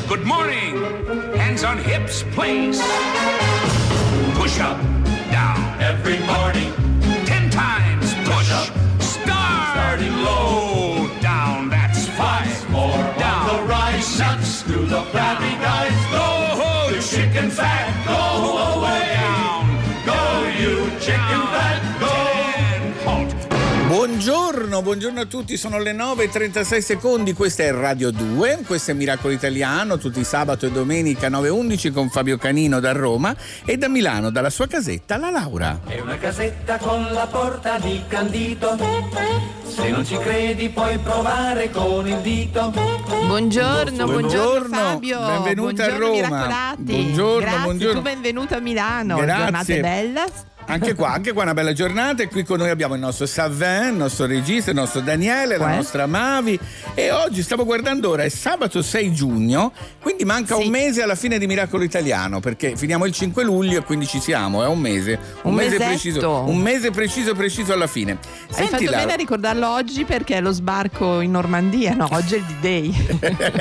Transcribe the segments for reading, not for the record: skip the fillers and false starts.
Good morning. Hands on hips, place. Push up, down. Every morning. 10 times push up. Starting low, down. That's 5 more. Down. On the rise, nuts through the flabby guys. Go, you chicken fat. Go away. Down. Go, you chicken fat. Go. Buongiorno a tutti, sono le 9:36, questa è Radio 2, questo è Miracolo Italiano, tutti sabato e domenica 9:11 con Fabio Canino da Roma e da Milano, dalla sua casetta, la Laura. È una casetta con la porta di candito, se non ci credi puoi provare con il dito. Buongiorno Fabio, benvenuta buongiorno a Roma. Miracolati. Grazie, tu benvenuto a Milano. Grazie. Giornate bella. Anche qua una bella giornata, e qui con noi abbiamo il nostro Savin, il nostro regista, il nostro Daniele, la nostra Mavi, e oggi stavo guardando, ora è sabato 6 giugno, quindi manca un mese alla fine di Miracolo Italiano, perché finiamo il 5 luglio e quindi ci siamo, è un mese preciso alla fine. Hai fatto bene a ricordarlo oggi perché è lo sbarco in Normandia, no? Oggi è il D-Day.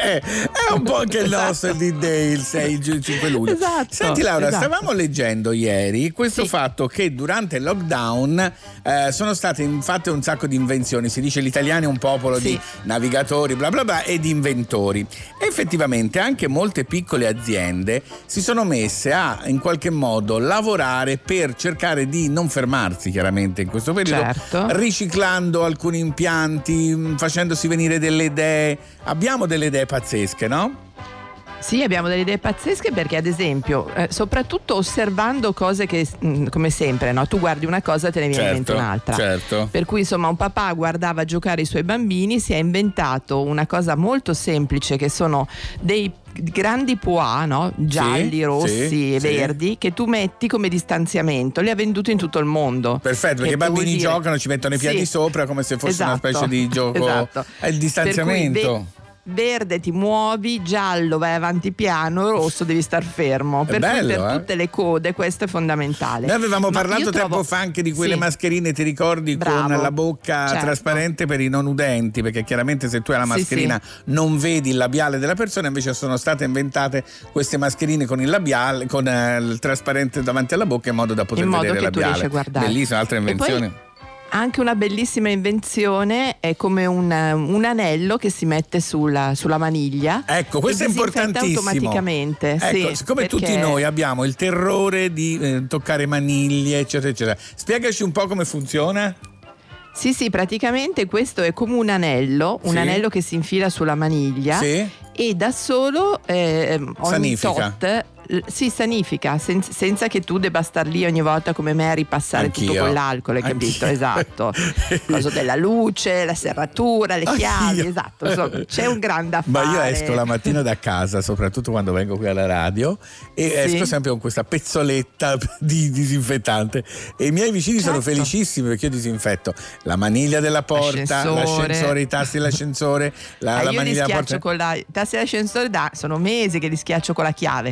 È un po' anche il nostro D-Day, il 5 luglio. Esatto. Senti Laura, stavamo leggendo ieri questo fatto che durante il lockdown sono state fatte un sacco di invenzioni. Si dice l'italiano è un popolo di navigatori, bla bla bla, e di inventori. E effettivamente anche molte piccole aziende si sono messe a in qualche modo lavorare per cercare di non fermarsi, chiaramente in questo periodo, riciclando alcuni impianti, facendosi venire delle idee. Abbiamo delle idee pazzesche, no? Sì, abbiamo delle idee pazzesche perché, ad esempio, soprattutto osservando cose che, come sempre, no? Tu guardi una cosa, te ne viene in mente un'altra. Certo. Per cui, insomma, un papà guardava giocare i suoi bambini, si è inventato una cosa molto semplice, che sono dei grandi pois, no? Gialli, rossi e verdi, che tu metti come distanziamento. Li ha venduti in tutto il mondo. Perfetto, perché i bambini giocano, ci mettono i piedi sopra come se fosse una specie di gioco. È il distanziamento. Verde ti muovi, giallo vai avanti piano, rosso devi star fermo. Per tutte le code questo è fondamentale. Noi avevamo parlato tempo fa anche di quelle mascherine, ti ricordi? Con la bocca trasparente per i non udenti, perché chiaramente se tu hai la mascherina non vedi il labiale della persona, invece sono state inventate queste mascherine con il labiale, con il trasparente davanti alla bocca, in modo da poter vedere il labiale. Bellissima, altra invenzione. Anche una bellissima invenzione è come un anello che si mette sulla maniglia. Ecco, questo è importantissimo. Automaticamente. Ecco, siccome tutti noi abbiamo il terrore di toccare maniglie, eccetera, eccetera. Spiegaci un po' come funziona. Sì, praticamente questo è come un anello che si infila sulla maniglia e da solo ogni tot sanifica senza che tu debba star lì ogni volta come me a ripassare tutto con l'alcol, hai capito? Esatto. Cosa della luce, la serratura, le chiavi, esatto. Insomma, c'è un grande affare. Ma io esco la mattina da casa, soprattutto quando vengo qui alla radio, e esco sempre con questa pezzoletta di disinfettante, e i miei vicini sono felicissimi perché io disinfetto la maniglia della porta, l'ascensore, i tasti dell'ascensore, la maniglia della porta. I tasti dell'ascensore sono mesi che li schiaccio con la chiave.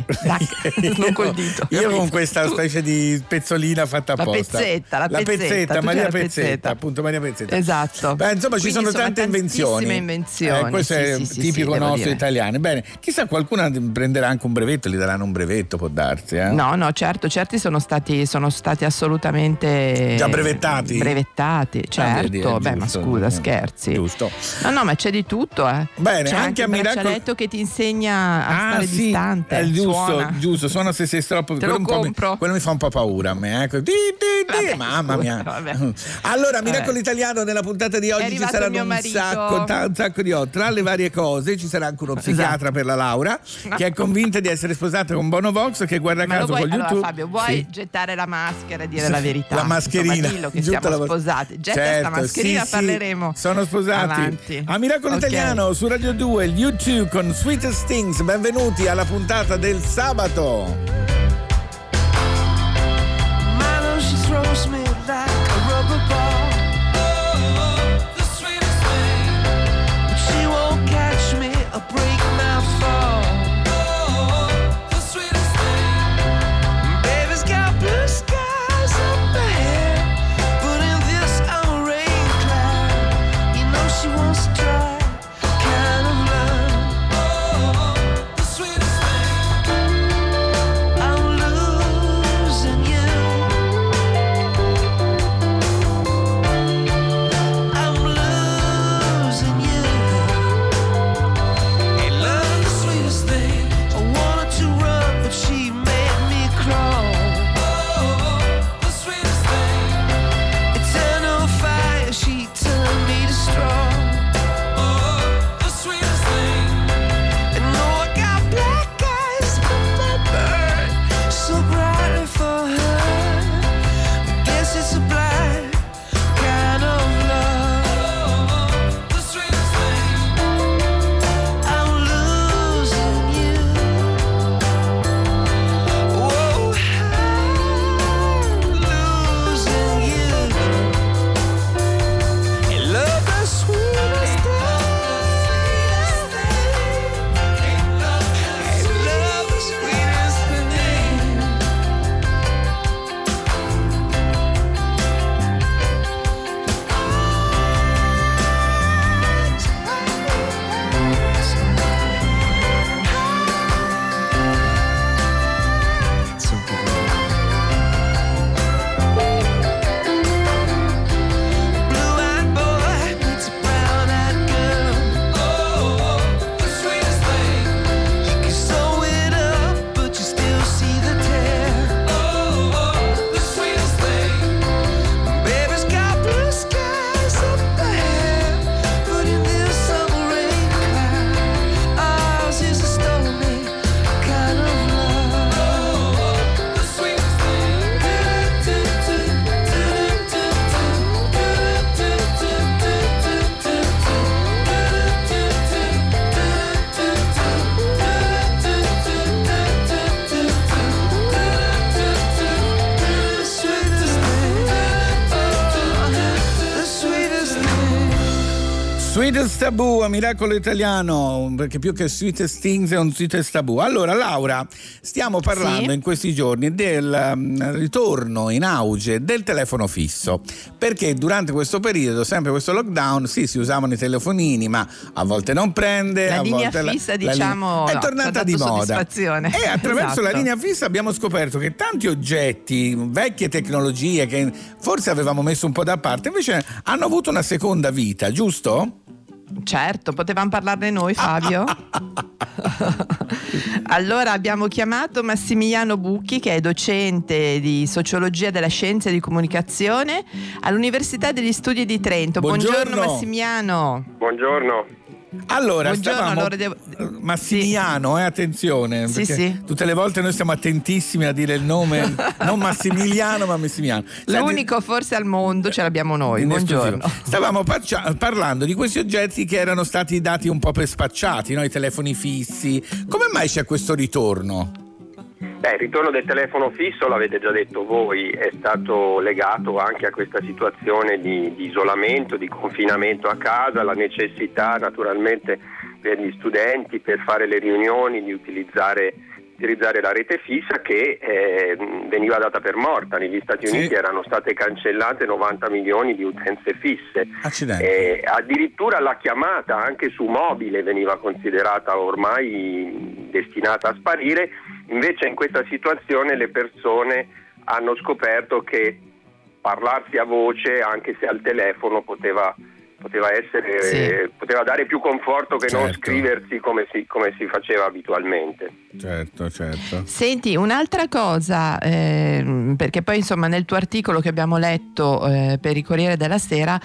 Non col dito. Io con questa specie di pezzolina fatta apposta. La pezzetta, Maria Pezzetta, appunto Maria Pezzetta. Esatto. Beh, insomma, ci sono tante invenzioni. Questo è tipico nostro italiano. Bene, chissà, qualcuno prenderà anche un brevetto, gli daranno un brevetto, può darsi. No, certo, certi sono stati assolutamente già brevettati, certo. Beh, ma scusa, scherzi. Giusto. No, ma c'è di tutto, Bene, c'è anche a Miracolo. C'è un braccialetto che ti insegna a stare distante. Giusto, suona se sei troppo. Te lo compro. Quello mi fa un po' paura a me. Ecco. Mamma mia. Allora, Miracolo Italiano, nella puntata di oggi ci saranno un sacco di tra le varie cose ci sarà anche uno psichiatra per la Laura, che è convinta di essere sposata con Bono Vox, che guarda caso con YouTube. Allora, Fabio, vuoi gettare la maschera e dire la verità? La mascherina. Insomma, dillo che siamo sposati. Getta questa mascherina, parleremo. Sono sposati. Avanti. A Miracolo Italiano su Radio 2, il YouTube con Sweetest Things. Benvenuti alla puntata del sabato. Milo, she throws me like a rubber ball. The sweetest thing. But she won't catch me or break my fall. The sweetest thing. Baby's got blue skies up ahead, but in this rain cloud, you know she wants to try kind of love. The sweetest Sweetest Taboo a Miracolo Italiano, perché più che Sweetest Things è un Sweetest Taboo. Allora Laura, stiamo parlando in questi giorni del ritorno in auge del telefono fisso, perché durante questo periodo, sempre questo lockdown, si usavano i telefonini, ma a volte non prende, la a linea volte fissa diciamo è tornata di moda, e attraverso la esatto. linea fissa abbiamo scoperto che tanti oggetti, vecchie tecnologie che forse avevamo messo un po' da parte, invece hanno avuto una seconda vita, giusto? Certo, potevamo parlarne noi, Fabio. Allora abbiamo chiamato Massimiliano Bucchi, che è docente di sociologia della scienza e di comunicazione all'Università degli Studi di Trento. Buongiorno Massimiliano. Buongiorno. Allora, buongiorno, Massimiliano, attenzione, perché sì. Tutte le volte noi stiamo attentissimi a dire il nome, non Massimiliano ma Massimiliano. L'unico forse al mondo ce l'abbiamo noi. Buongiorno. Stavamo parlando di questi oggetti che erano stati dati un po' per spacciati, no? I telefoni fissi. Come mai c'è questo ritorno? Il ritorno del telefono fisso, l'avete già detto voi, è stato legato anche a questa situazione di isolamento, di confinamento a casa, la necessità naturalmente per gli studenti per fare le riunioni di utilizzare la rete fissa che veniva data per morta. Negli Stati Uniti erano state cancellate 90 milioni di utenze fisse. Addirittura la chiamata anche su mobile veniva considerata ormai destinata a sparire. Invece in questa situazione le persone hanno scoperto che parlarsi a voce, anche se al telefono, poteva essere poteva dare più conforto che non scriversi come si faceva abitualmente. Certo. Senti, un'altra cosa, perché poi insomma nel tuo articolo che abbiamo letto per il Corriere della Sera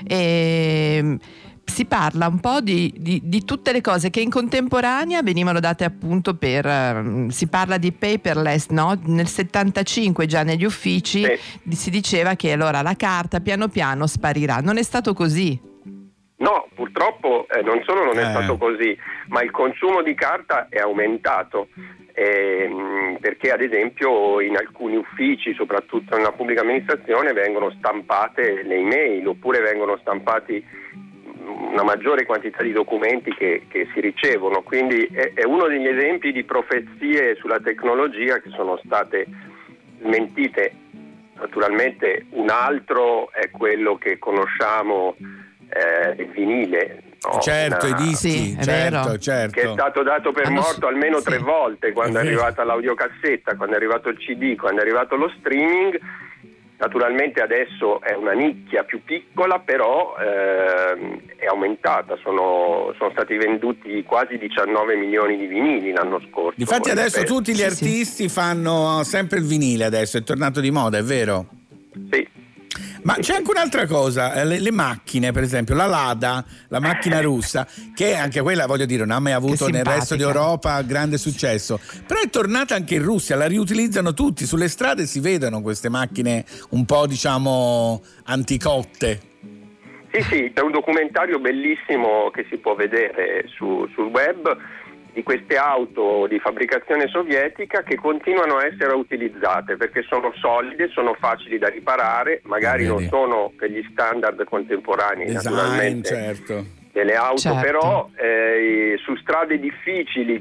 si parla un po' di tutte le cose che in contemporanea venivano date appunto si parla di paperless, no? Nel 75 già negli uffici si diceva che allora la carta piano piano sparirà. Non è stato così? No, purtroppo non solo non è stato così, ma il consumo di carta è aumentato. Perché ad esempio in alcuni uffici, soprattutto nella pubblica amministrazione, vengono stampate le email oppure vengono stampati una maggiore quantità di documenti che si ricevono, quindi è uno degli esempi di profezie sulla tecnologia che sono state smentite. Naturalmente un altro è quello che conosciamo, il vinile, no? Certo, i dischi, certo. Che è stato dato per morto almeno 3 volte, quando è arrivata l'audiocassetta, quando è arrivato il CD, quando è arrivato lo streaming. Naturalmente adesso è una nicchia più piccola, però è aumentata, sono stati venduti quasi 19 milioni di vinili l'anno scorso. Difatti adesso tutti gli artisti fanno sempre il vinile, adesso è tornato di moda, è vero? Sì. Ma c'è anche un'altra cosa, le macchine, per esempio la Lada, la macchina russa, che anche quella, voglio dire, non ha mai avuto nel resto d'Europa grande successo, però è tornata anche in Russia, la riutilizzano tutti, sulle strade si vedono queste macchine un po' diciamo anticotte. Sì, c'è un documentario bellissimo che si può vedere sul web di queste auto di fabbricazione sovietica che continuano a essere utilizzate perché sono solide, sono facili da riparare, magari non sono per gli standard contemporanei naturalmente delle auto, però su strade difficili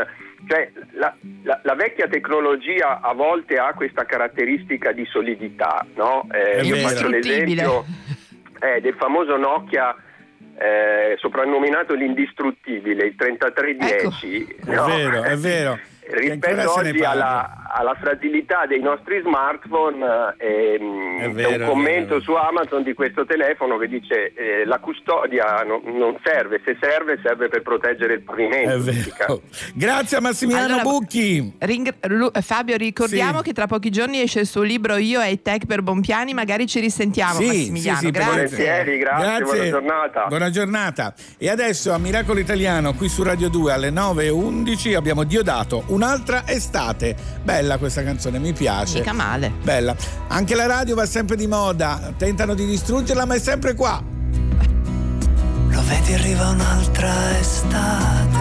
la vecchia tecnologia a volte ha questa caratteristica di solidità, no? Io faccio l'esempio del famoso Nokia soprannominato l'indistruttibile, il 3310. Ecco. È vero. Rispetto oggi alla fragilità dei nostri smartphone, c'è un commento su Amazon di questo telefono che dice la custodia non serve, se serve per proteggere il pavimento. Grazie a Massimiliano Bucchi. Fabio, ricordiamo che tra pochi giorni esce il suo libro Io e i Tech per Bonpiani, magari ci risentiamo. Massimiliano, grazie, buona giornata. Buona giornata. E adesso a Miracolo Italiano qui su Radio 2 alle 9:11 abbiamo Diodato, Un'altra estate. Bella questa canzone, mi piace. Mica male. Bella. Anche la radio va sempre di moda, tentano di distruggerla, ma è sempre qua. Lo vedi, arriva un'altra estate.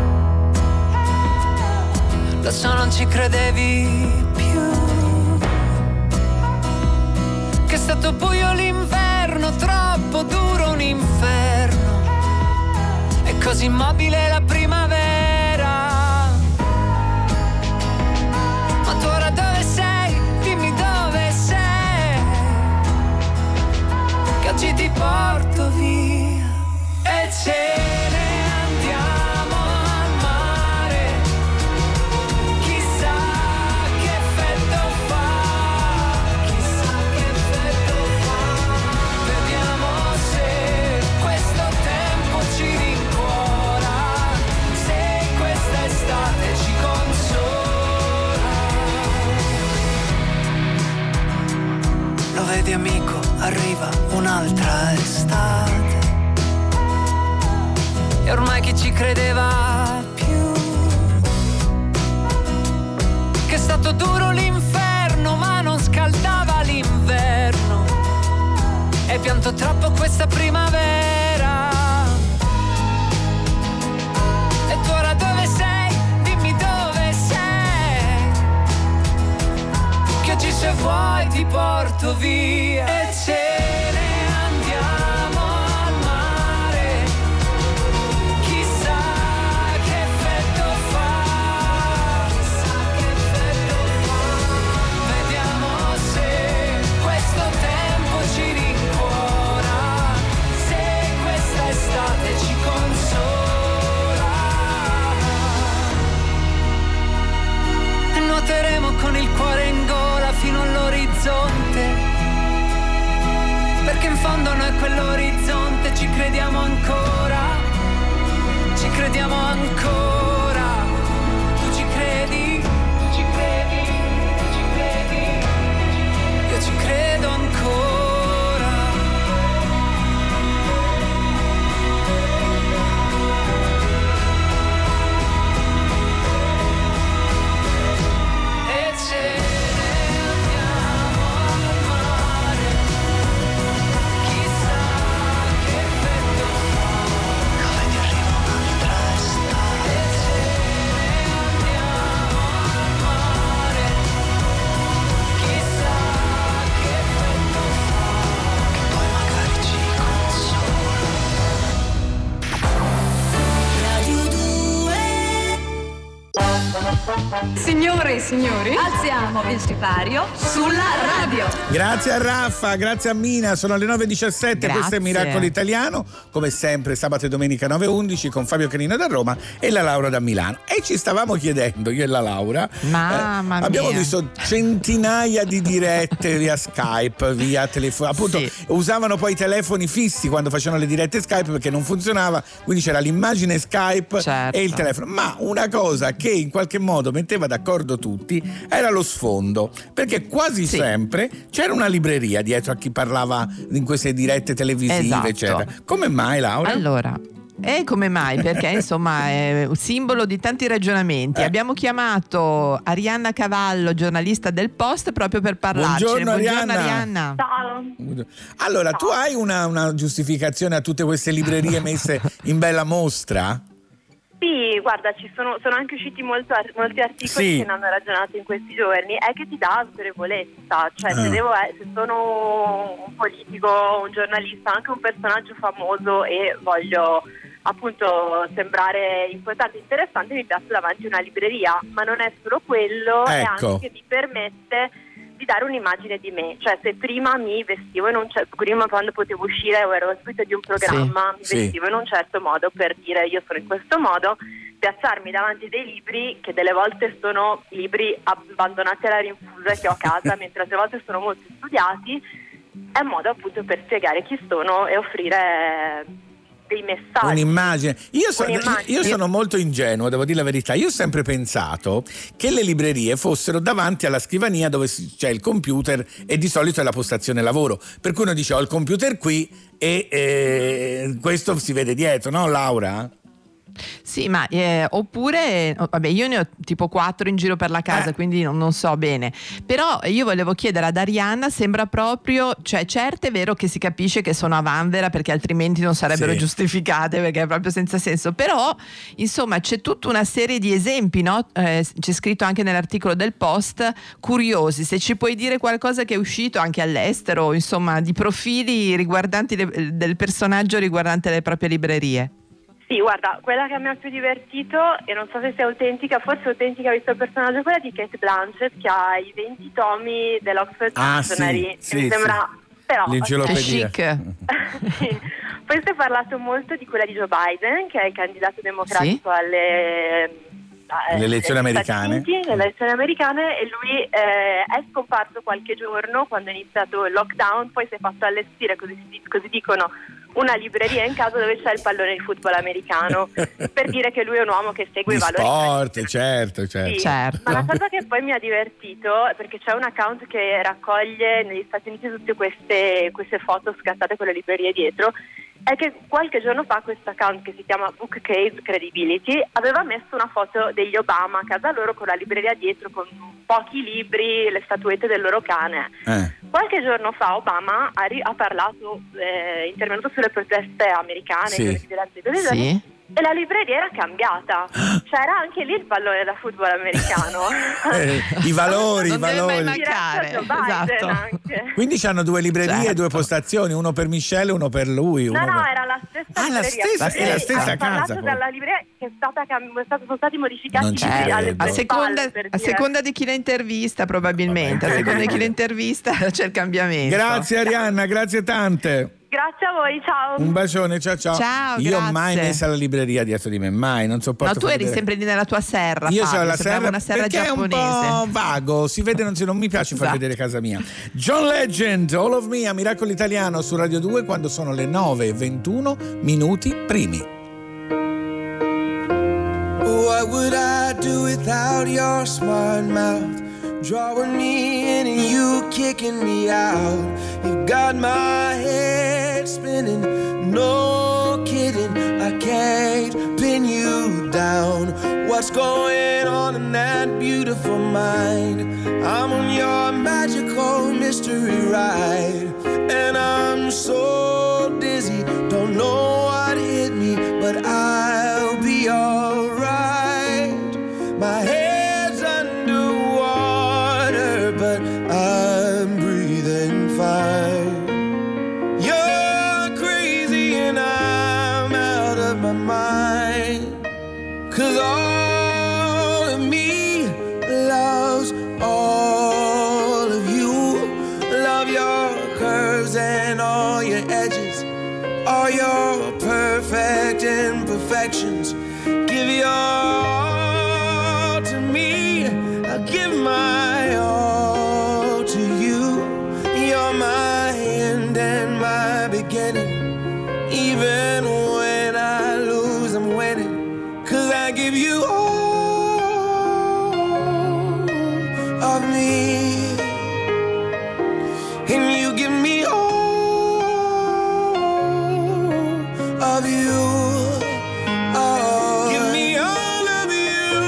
Lo so, non ci credevi più, che è stato buio l'inverno, troppo duro un inferno. così immobile la primavera. Ma tu ora dove sei? Dimmi dove sei, che oggi ti porto via e ce ne andiamo al mare. Chissà che effetto fa, chissà che effetto fa. Vediamo se questo tempo ci rincuora, se questa estate ci consola. Lo vedi amico, arriva un'altra estate. E ormai chi ci credeva più? Che è stato duro l'inferno ma non scaldava l'inverno. E pianto troppo questa primavera. E tu ora dove sei? Dimmi dove sei, che oggi se vuoi ti porto via e ce ne andiamo al mare. Chissà che effetto fa, chissà che effetto fa. Vediamo se questo tempo ci rincuora, se questa estate ci consola. E nuoteremo con il cuore in gola fino all'orizzonte, perché in fondo noi quell'orizzonte ci crediamo ancora, ci crediamo ancora. Tu ci credi, tu ci credi, tu ci credi, io ci credo ancora. E ce ne andiamo al mare. Chissà che effetto fa, come ti arriva un'altra estate. E ce ne andiamo al mare. Chissà che effetto fa, che poi magari ci consola. Signore e signori, alziamo il sipario sulla radio. Grazie a Raffa, grazie a Mina, sono le 9.17, questo è Miracolo Italiano, come sempre sabato e domenica 9.11 con Fabio Canino da Roma e la Laura da Milano. E ci stavamo chiedendo, io e la Laura, abbiamo visto centinaia di dirette via Skype, via telefono, appunto usavano poi i telefoni fissi quando facevano le dirette Skype perché non funzionava, quindi c'era l'immagine Skype e il telefono, ma una cosa che in qualche modo metteva d'accordo tutti era lo sfondo, perché quasi sempre c'era una libreria dietro a chi parlava in queste dirette televisive, eccetera. Come mai, Laura? Allora, come mai? Perché insomma è un simbolo di tanti ragionamenti. Abbiamo chiamato Arianna Cavallo, giornalista del Post, proprio per parlarcene. Buongiorno Arianna. Ciao. Allora, tu hai una giustificazione a tutte queste librerie messe in bella mostra? Sì, guarda, sono anche usciti molti articoli che ne hanno ragionato in questi giorni. È che ti dà autorevolezza, cioè se sono un politico, un giornalista, anche un personaggio famoso e voglio appunto sembrare importante e interessante, mi piazzo davanti a una libreria, ma non è solo quello, è anche che mi permette di dare un'immagine di me, cioè se prima mi vestivo in prima quando potevo uscire o ero ospite di un programma, mi vestivo in un certo modo per dire io sono in questo modo, piazzarmi davanti a dei libri che delle volte sono libri abbandonati alla rinfusa che ho a casa, mentre altre volte sono molto studiati, è un modo appunto per spiegare chi sono e offrire dei messaggi. Un'immagine. Io sono molto ingenuo, devo dire la verità. Io ho sempre pensato che le librerie fossero davanti alla scrivania dove c'è il computer e di solito è la postazione lavoro. Per cui uno dice ho il computer qui e questo si vede dietro, no Laura? Sì, ma oppure vabbè, io ne ho tipo 4 in giro per la casa, quindi non so bene. Però io volevo chiedere ad Arianna, sembra proprio, cioè certe è vero che si capisce che sono a vanvera perché altrimenti non sarebbero giustificate, perché è proprio senza senso. Però insomma c'è tutta una serie di esempi, no? C'è scritto anche nell'articolo del Post, curiosi. Se ci puoi dire qualcosa che è uscito anche all'estero, insomma, di profili riguardanti del personaggio riguardante le proprie librerie. Sì, guarda, quella che mi ha più divertito, e non so se sia autentica, forse autentica visto il personaggio, quella di Cate Blanchett, che ha i 20 tomi dell'Oxford Dictionary. Sì, mi sembra, però, l'enciclopedia. Sì. Poi si è parlato molto di quella di Joe Biden, che è il candidato democratico alle elezioni americane. Le elezioni americane, e lui è scomparso qualche giorno quando è iniziato il lockdown, poi si è fatto allestire, così dicono, una libreria in casa dove c'è il pallone di football americano, per dire che lui è un uomo che segue i valori sport, certo. Sì, ma la cosa che poi mi ha divertito, perché c'è un account che raccoglie negli Stati Uniti tutte queste foto scattate con le librerie dietro, è che qualche giorno fa questo account, che si chiama Bookcase Credibility, aveva messo una foto degli Obama a casa loro con la libreria dietro, con pochi libri, le statuette del loro cane. Qualche giorno fa Obama ha parlato, intervenuto sulle proteste americane, sì. E la libreria era cambiata, c'era anche lì il pallone da football americano. I valori, non i valori. Deve mai mancare. Esatto. Anche. Quindi c'hanno 2 librerie, 2 postazioni, uno per Michelle e uno per lui. No, era la stessa libreria. È la stessa casa. Dalla libreria che è stata sono stati modificati a seconda di chi la intervista, probabilmente. A seconda di chi la intervista c'è il cambiamento. Grazie Arianna, grazie tante. Grazie a voi, ciao. Un bacione, ciao. Ciao, io grazie. mai messa la libreria dietro di me, mai, non sopporto. No, tu eri sempre lì nella tua serra. Io Fabio, c'ho la serra, una serra perché giapponese. È un po' vago, si vede, non mi piace far vedere casa mia. John Legend, All of Me a Miracolo Italiano su Radio 2 quando sono le 9:21 minuti primi. What would I do without your smart mouth? Drawing me in and you kicking me out. You've got my head spinning, no kidding. I can't pin you down. What's going on in that beautiful mind? I'm on your magical mystery ride, and I'm so dizzy, don't know what hit me, but I'll be alright. My head's underwater, but I'm breathing fine. You're crazy and I'm out of my mind, 'cause all of me loves all of you. Love your curves and all your edges, all your perfect imperfections. Give your all to me, I'll give my all to you. You're my end and my beginning. Even when I lose, I'm winning, 'cause I give you all of me, and you give me all of you. Give me all of you.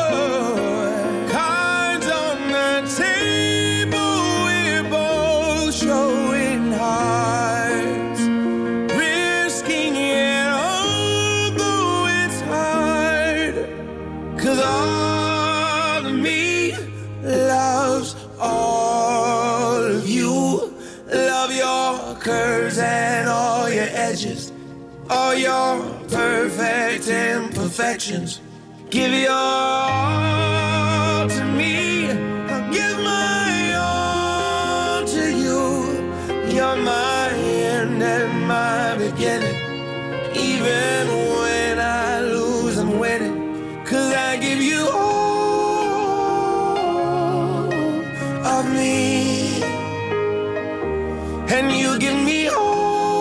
Cards on the table, we're both showing hearts, risking it all, though it's hard. 'Cause all of me loves all of you. Love your curves and all your edges, all your perfect imperfections. Give your all to me, I'll give my all to you. You're my end and my beginning. Even when I lose, I'm winning, 'cause I give you all of me, and you give me all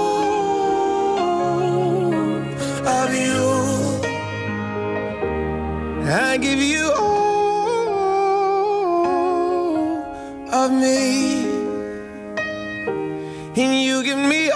of you. I give you all of me, and you give me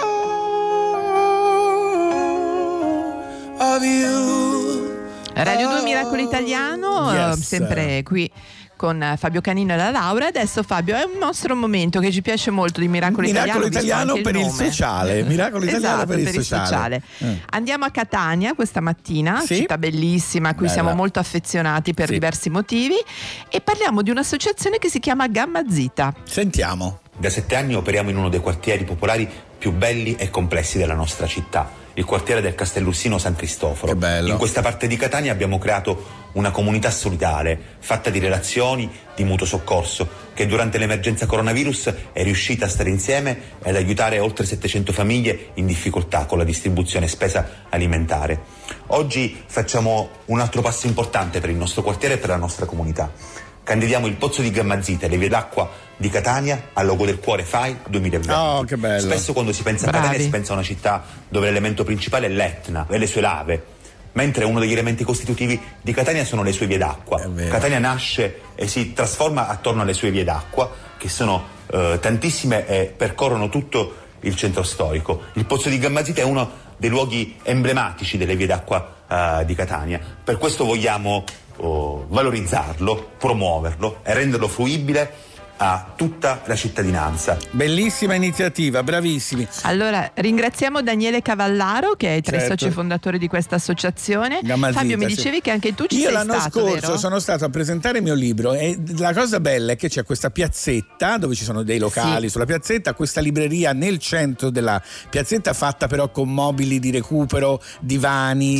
all of you. Radio 2 Miracolo Italiano, Yes. sempre qui con Fabio Canino e la Laura. Adesso Fabio, è un nostro momento che ci piace molto di Miracolo Italiano per il sociale. Miracolo Italiano esatto, per il sociale. Andiamo a Catania questa mattina, Sì. città bellissima a cui Bella. siamo molto affezionati per Sì. diversi motivi, e parliamo di un'associazione che si chiama Gamma Zeta. Sentiamo. Da 7 anni operiamo in uno dei quartieri popolari più belli e complessi della nostra città, il quartiere del Castellussino San Cristoforo. Che bello. In questa parte di Catania abbiamo creato una comunità solidale, fatta di relazioni, di mutuo soccorso, che durante l'emergenza coronavirus è riuscita a stare insieme e ad aiutare oltre 700 famiglie in difficoltà con la distribuzione e spesa alimentare. Oggi facciamo un altro passo importante per il nostro quartiere e per la nostra comunità. Candidiamo il pozzo di Gammazite, le vie d'acqua di Catania, al logo del cuore FAI 2020. Oh, che bello. Spesso quando si pensa a Catania si pensa a una città dove l'elemento principale è l'Etna e le sue lave, mentre uno degli elementi costitutivi di Catania sono le sue vie d'acqua. Catania nasce e si trasforma attorno alle sue vie d'acqua, che sono tantissime e percorrono tutto il centro storico. Il pozzo di Gammazite è uno dei luoghi emblematici delle vie d'acqua di Catania. Per questo vogliamo valorizzarlo, promuoverlo e renderlo fruibile a tutta la cittadinanza. Bellissima iniziativa, bravissimi. Allora ringraziamo Daniele Cavallaro, che è tra i soci fondatori di questa associazione. Gammazita, Fabio, mi dicevi che anche tu ci sei stato. Io l'anno scorso vero? sono stato a presentare il mio libro e la cosa bella è che c'è questa piazzetta dove ci sono dei locali sulla piazzetta, questa libreria nel centro della piazzetta fatta però con mobili di recupero, divani,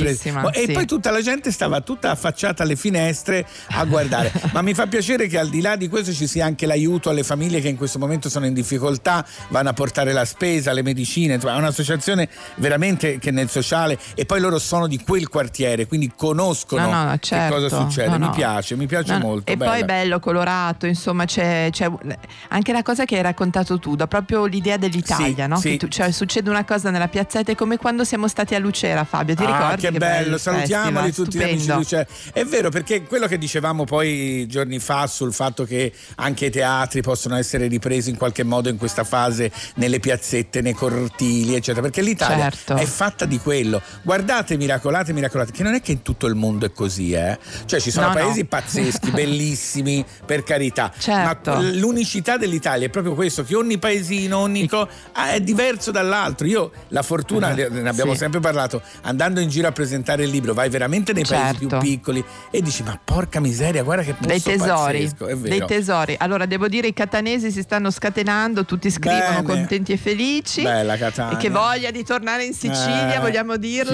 e poi tutta la gente stava tutta affacciata alle finestre a guardare. Ma mi fa piacere che al di là di questo ci sia anche l'aiuto alle famiglie che in questo momento sono in difficoltà, vanno a portare la spesa, le medicine, è un'associazione veramente che nel sociale, e poi loro sono di quel quartiere, quindi conoscono che cosa succede. Mi piace molto. E bella. Poi bello, colorato, insomma c'è anche la cosa che hai raccontato tu, da proprio l'idea dell'Italia, no? Che cioè succede una cosa nella piazzetta, è come quando siamo stati a Lucera, Fabio, ti ricordi? Che bello, salutiamoli tutti gli amici di Lucera. È vero, perché quello che dicevamo poi giorni fa sul fatto che anche i teatri possono essere ripresi in qualche modo in questa fase nelle piazzette, nei cortili, eccetera, perché l'Italia è fatta di quello. Guardate Miracolate, che non è che in tutto il mondo è così, cioè ci sono paesi pazzeschi, bellissimi, per carità, ma l'unicità dell'Italia è proprio questo, che ogni paesino, ogni è diverso dall'altro. Io la fortuna, ne abbiamo sempre parlato, andando in giro a presentare il libro, vai veramente nei paesi più piccoli e dici ma porca miseria, guarda che posto pazzesco, è vero. Dei tesori. Allora devo dire, i catanesi si stanno scatenando, tutti scrivono contenti e felici. Bella Catania. E che voglia di tornare in Sicilia, vogliamo dirlo.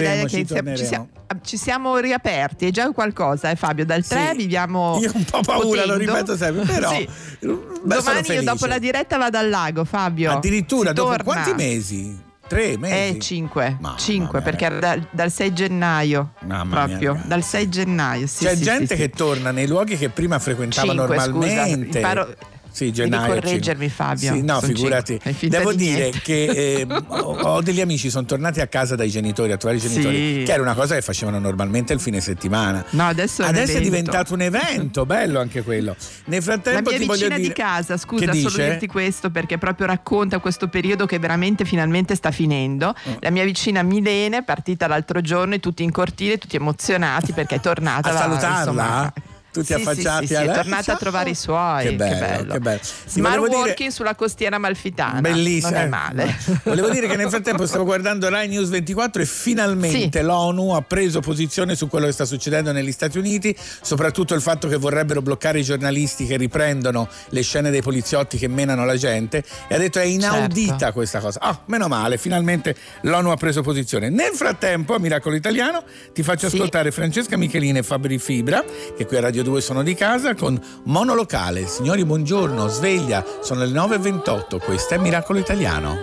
Ci siamo riaperti, è già qualcosa, Fabio. Dal 3 viviamo. Io ho un po' paura, lo ripeto sempre, però. Domani io dopo la diretta vado al lago, Fabio. Addirittura dopo quanti mesi? 3 mesi? 5, perché era dal 6 gennaio. Proprio, dal 6 gennaio. C'è gente che torna nei luoghi che prima frequentava normalmente. Devi correggermi, Fabio. Figurati. Devo dire che ho degli amici, sono tornati a casa dai genitori, a trovare i genitori, che era una cosa che facevano normalmente il fine settimana. No, adesso è diventato un evento, bello anche quello. Nel frattempo la mia vicina di casa, scusa, solo dirti questo perché proprio racconta questo periodo che veramente finalmente sta finendo. La mia vicina Milene è partita l'altro giorno e tutti in cortile, tutti emozionati perché è tornata a salutarla. Tutti affacciati è tornata a trovare i suoi. Che bello. Smart working sulla costiera amalfitana. Bellissimo. Non è male. Volevo dire che nel frattempo stavo guardando Rai News 24 e finalmente l'ONU ha preso posizione su quello che sta succedendo negli Stati Uniti, soprattutto il fatto che vorrebbero bloccare i giornalisti che riprendono le scene dei poliziotti che menano la gente, e ha detto è inaudita questa cosa. Meno male, finalmente l'ONU ha preso posizione. Nel frattempo a Miracolo Italiano ti faccio ascoltare Francesca Michelini e Fabri Fibra, che qui a Radio 2 sono di casa, con Monolocale. Signori, buongiorno, sveglia, sono le 9:28, questo è Miracolo Italiano.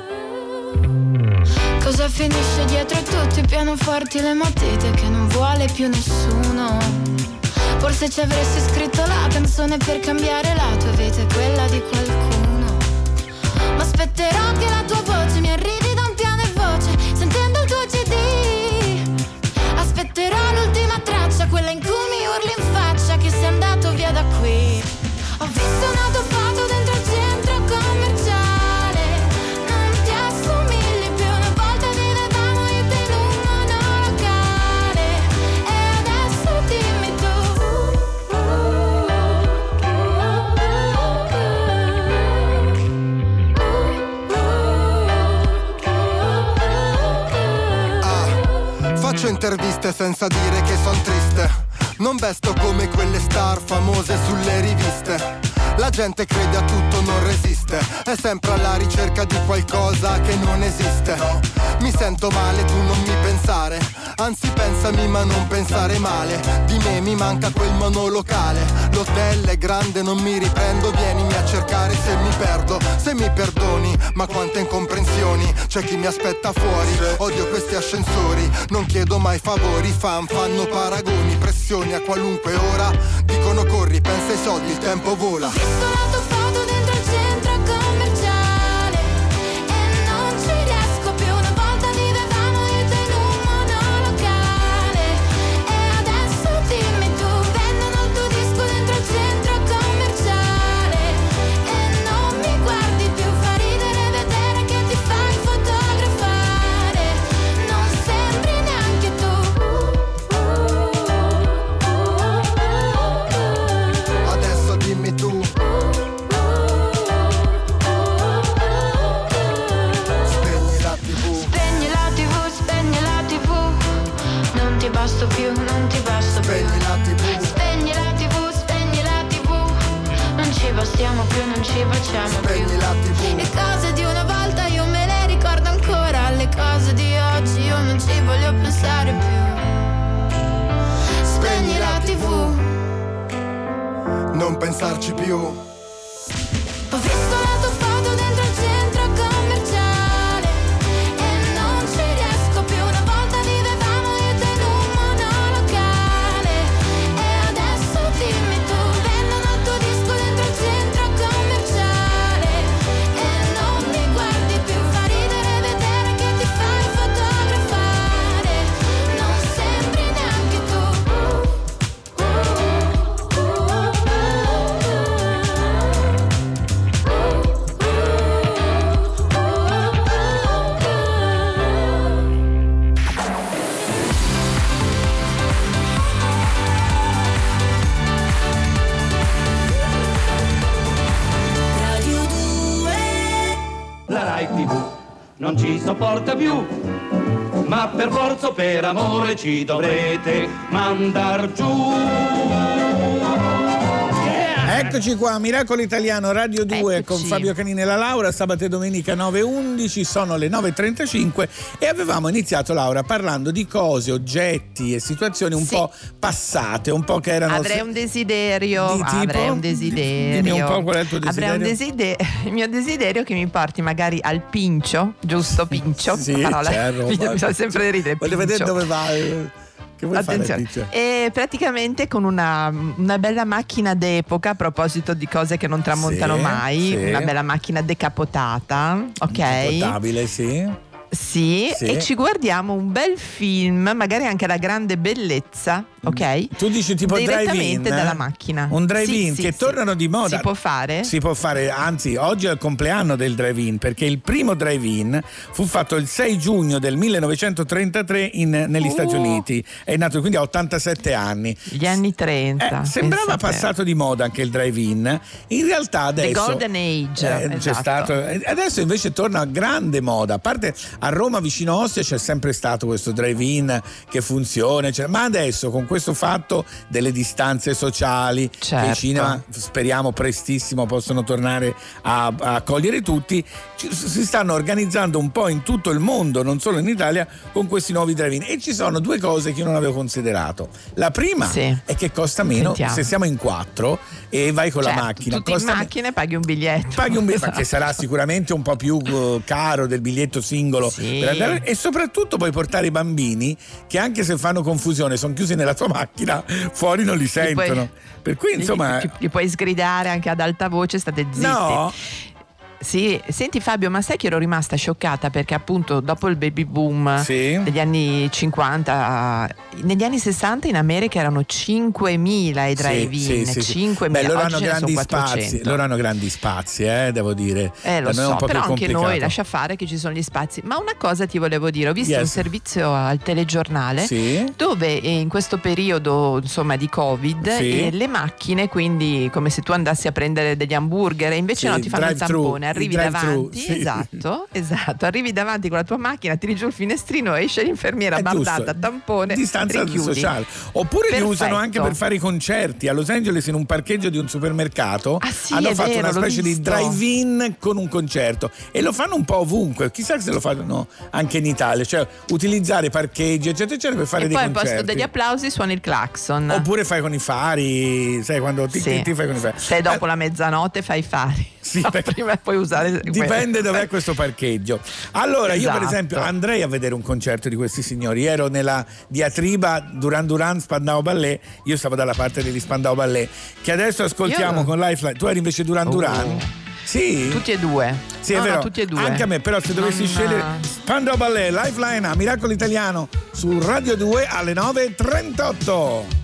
Cosa finisce dietro a tutti i pianoforti, le matite che non vuole più nessuno? Forse ci avresti scritto la canzone per cambiare la tua vita e quella di qualcuno. Ma aspetterò che la tua voce mi arrivi da un piano e voce, sentendo il tuo CD. Aspetterò l'ultima traccia, quella in cui mi urli in faccia che sei andato via da qui. Ho visto un'auto foto dentro il centro commerciale. Non ti assomigli più, una volta vivevamo io te in un monolocale. E adesso dimmi tu. Faccio interviste senza dire che son triste. Non vesto come quelle star famose sulle riviste. La gente crede a tutto, non resiste, è sempre alla ricerca di qualcosa che non esiste. Mi sento male, tu non mi pensare, anzi pensami ma non pensare male. Di me mi manca quel monolocale, l'hotel è grande, non mi riprendo, vienimi a cercare se mi perdo, se mi perdoni. Ma quante incomprensioni, c'è chi mi aspetta fuori, odio questi ascensori, non chiedo mai favori, fanno paragoni, pressioni a qualunque ora, dicono corri, pensa ai soldi, il tempo vola. Ho visto la tua foto dentro il centro commerciale e non ci riesco più. Una volta vivevamo io e te in un monolocale e adesso dimmi tu, vendono il tuo disco dentro il centro commerciale e non mi guardi più. Fa ridere vedere che ti fai fotografare, non sembri neanche tu. Adesso dimmi tu. Spegni la TV. Spegni la TV, spegni la TV, non ti basto più, non ti basto più. Spegni la TV. Spegni la TV, spegni la TV, non ci bastiamo più, non ci baciamo Spegni più. la TV. Le cose di una volta io me le ricordo ancora, le cose di oggi io non ci voglio pensare più. Spegni la TV. Non pensarci più. Ho visto la tua foto dentro il centro commerciale e non ci riesco più. Una volta vivevamo io e te in un monolocale e adesso dimmi tu, vendono il tuo disco dentro il centro commerciale e non mi guardi più. Fa ridere vedere che ti fai fotografare, non sembri neanche tu. La Rai TV non ci sopporta più, ma per forza o per amore ci dovrete mandar giù. Eccoci qua, Miracolo Italiano, Radio 2. Eccoci. Con Fabio Canini e la Laura, sabato e domenica 9:11, sono le 9:35 e avevamo iniziato, Laura, parlando di cose, oggetti e situazioni un po' passate, un po' che erano... Avrei un desiderio, Di tipo? avrei un desiderio. Dimmi un po' qual è il tuo desiderio. Avrei un desiderio, il mio desiderio è che mi porti magari al Pincio, giusto Pincio? Sì, La parola, certo. mi fa sempre ridere. Voglio vedere dove vai. Che vuoi Attenzione. fare, E praticamente con una bella macchina d'epoca, a proposito di cose che non tramontano Sì, mai, sì. una bella macchina decapotata, ok? Potabile, sì. Sì, Sì. e ci guardiamo un bel film, magari anche La grande bellezza, ok? Tu dici tipo direttamente drive-in? dalla macchina. Un drive-in Sì, che sì, tornano di moda. Si può fare? Si può fare, anzi oggi è il compleanno del drive-in, perché il primo drive-in fu fatto il 6 giugno del 1933 negli Stati Uniti. È nato quindi a 87 anni. Gli anni 30. Sembrava pensate. passato di moda anche il drive-in. In realtà adesso The Golden Age, c'è esatto. stato. Adesso invece torna a grande moda. A parte a Roma vicino a Ostia c'è sempre stato questo drive-in che funziona, ma adesso con questo fatto delle distanze sociali, Certo. che i cinema speriamo prestissimo possono tornare a accogliere tutti, si stanno organizzando un po' in tutto il mondo, non solo in Italia, con questi nuovi drive-in, e ci sono due cose che io non avevo considerato. La prima è che costa meno. Sentiamo. Se siamo in 4 e vai con Certo, la macchina, tutti in macchina e paghi un biglietto. paghi un biglietto Esatto. che sarà sicuramente un po' più caro del biglietto singolo, Sì. per andare, e soprattutto puoi portare i bambini che anche se fanno confusione sono chiusi nella tua macchina, fuori non li sentono, per cui insomma li puoi sgridare anche ad alta voce, state zitti. no. Sì, senti Fabio, ma sai che ero rimasta scioccata perché appunto dopo il baby boom Sì. degli anni 50, negli anni 60 in America erano 5.000 i drive-in, 5.000. Beh, loro oggi hanno ce ne sono grandi 400. spazi, loro hanno grandi spazi, devo dire. Lo Da noi è so, un po' però più anche complicato. noi lascia fare che ci sono gli spazi. Ma una cosa ti volevo dire, ho visto Yes. un servizio al telegiornale Sì. dove in questo periodo insomma di Covid Sì. le macchine, quindi come se tu andassi a prendere degli hamburger e invece Sì, no, ti fanno il drive-thru. zampone, arrivi davanti, esatto, arrivi davanti con la tua macchina, tiri giù il finestrino, esce l'infermiera bardata, tampone, distanza sociale. Oppure li usano anche per fare i concerti. A Los Angeles, in un parcheggio di un supermercato, hanno fatto una specie di drive-in con un concerto, e lo fanno un po' ovunque. Chissà se lo fanno anche in Italia, cioè utilizzare parcheggi eccetera eccetera per fare dei concerti. Poi al posto degli applausi suoni il clacson. Oppure fai con i fari, sai, quando ti fai con i fari. Se dopo la mezzanotte fai i fari. Sì, prima puoi usare. Dipende dov'è questo parcheggio. Allora, io per esempio andrei a vedere un concerto di questi signori. Ero nella diatriba Duran Duran Spandau Ballet. Io stavo dalla parte degli Spandau Ballet, che adesso ascoltiamo con Lifeline. Tu eri invece Duran Duran? Sì? Tutti e due. Sì, è vero. Tutti e due. Anche a me, però se dovessi scegliere Spandau Ballet, Lifeline a Miracolo Italiano su Radio 2 alle 9:38.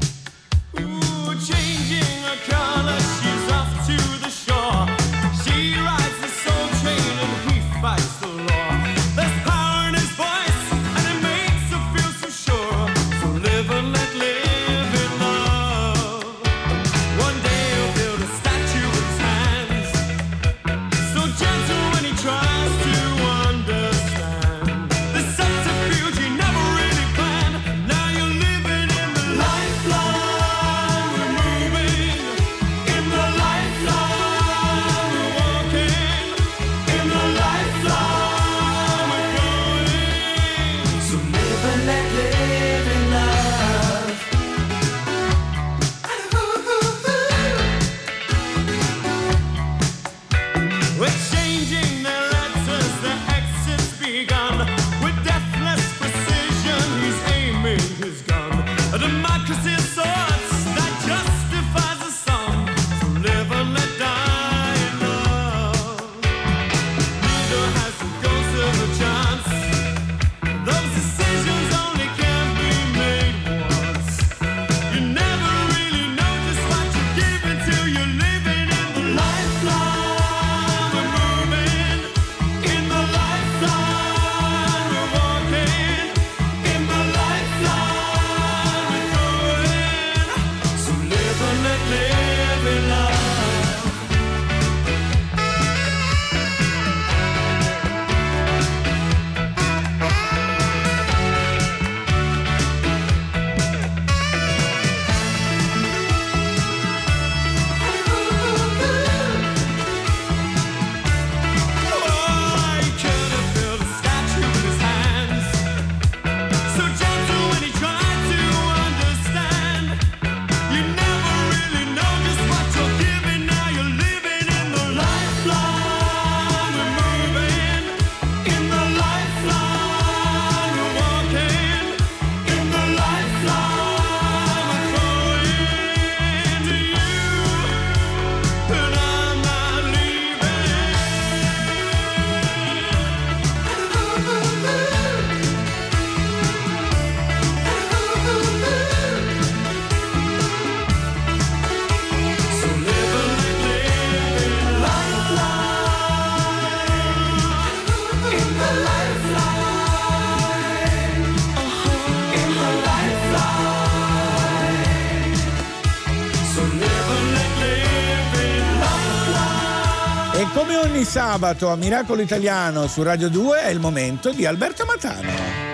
Come ogni sabato a Miracolo Italiano su Radio 2 è il momento di Alberto Matano.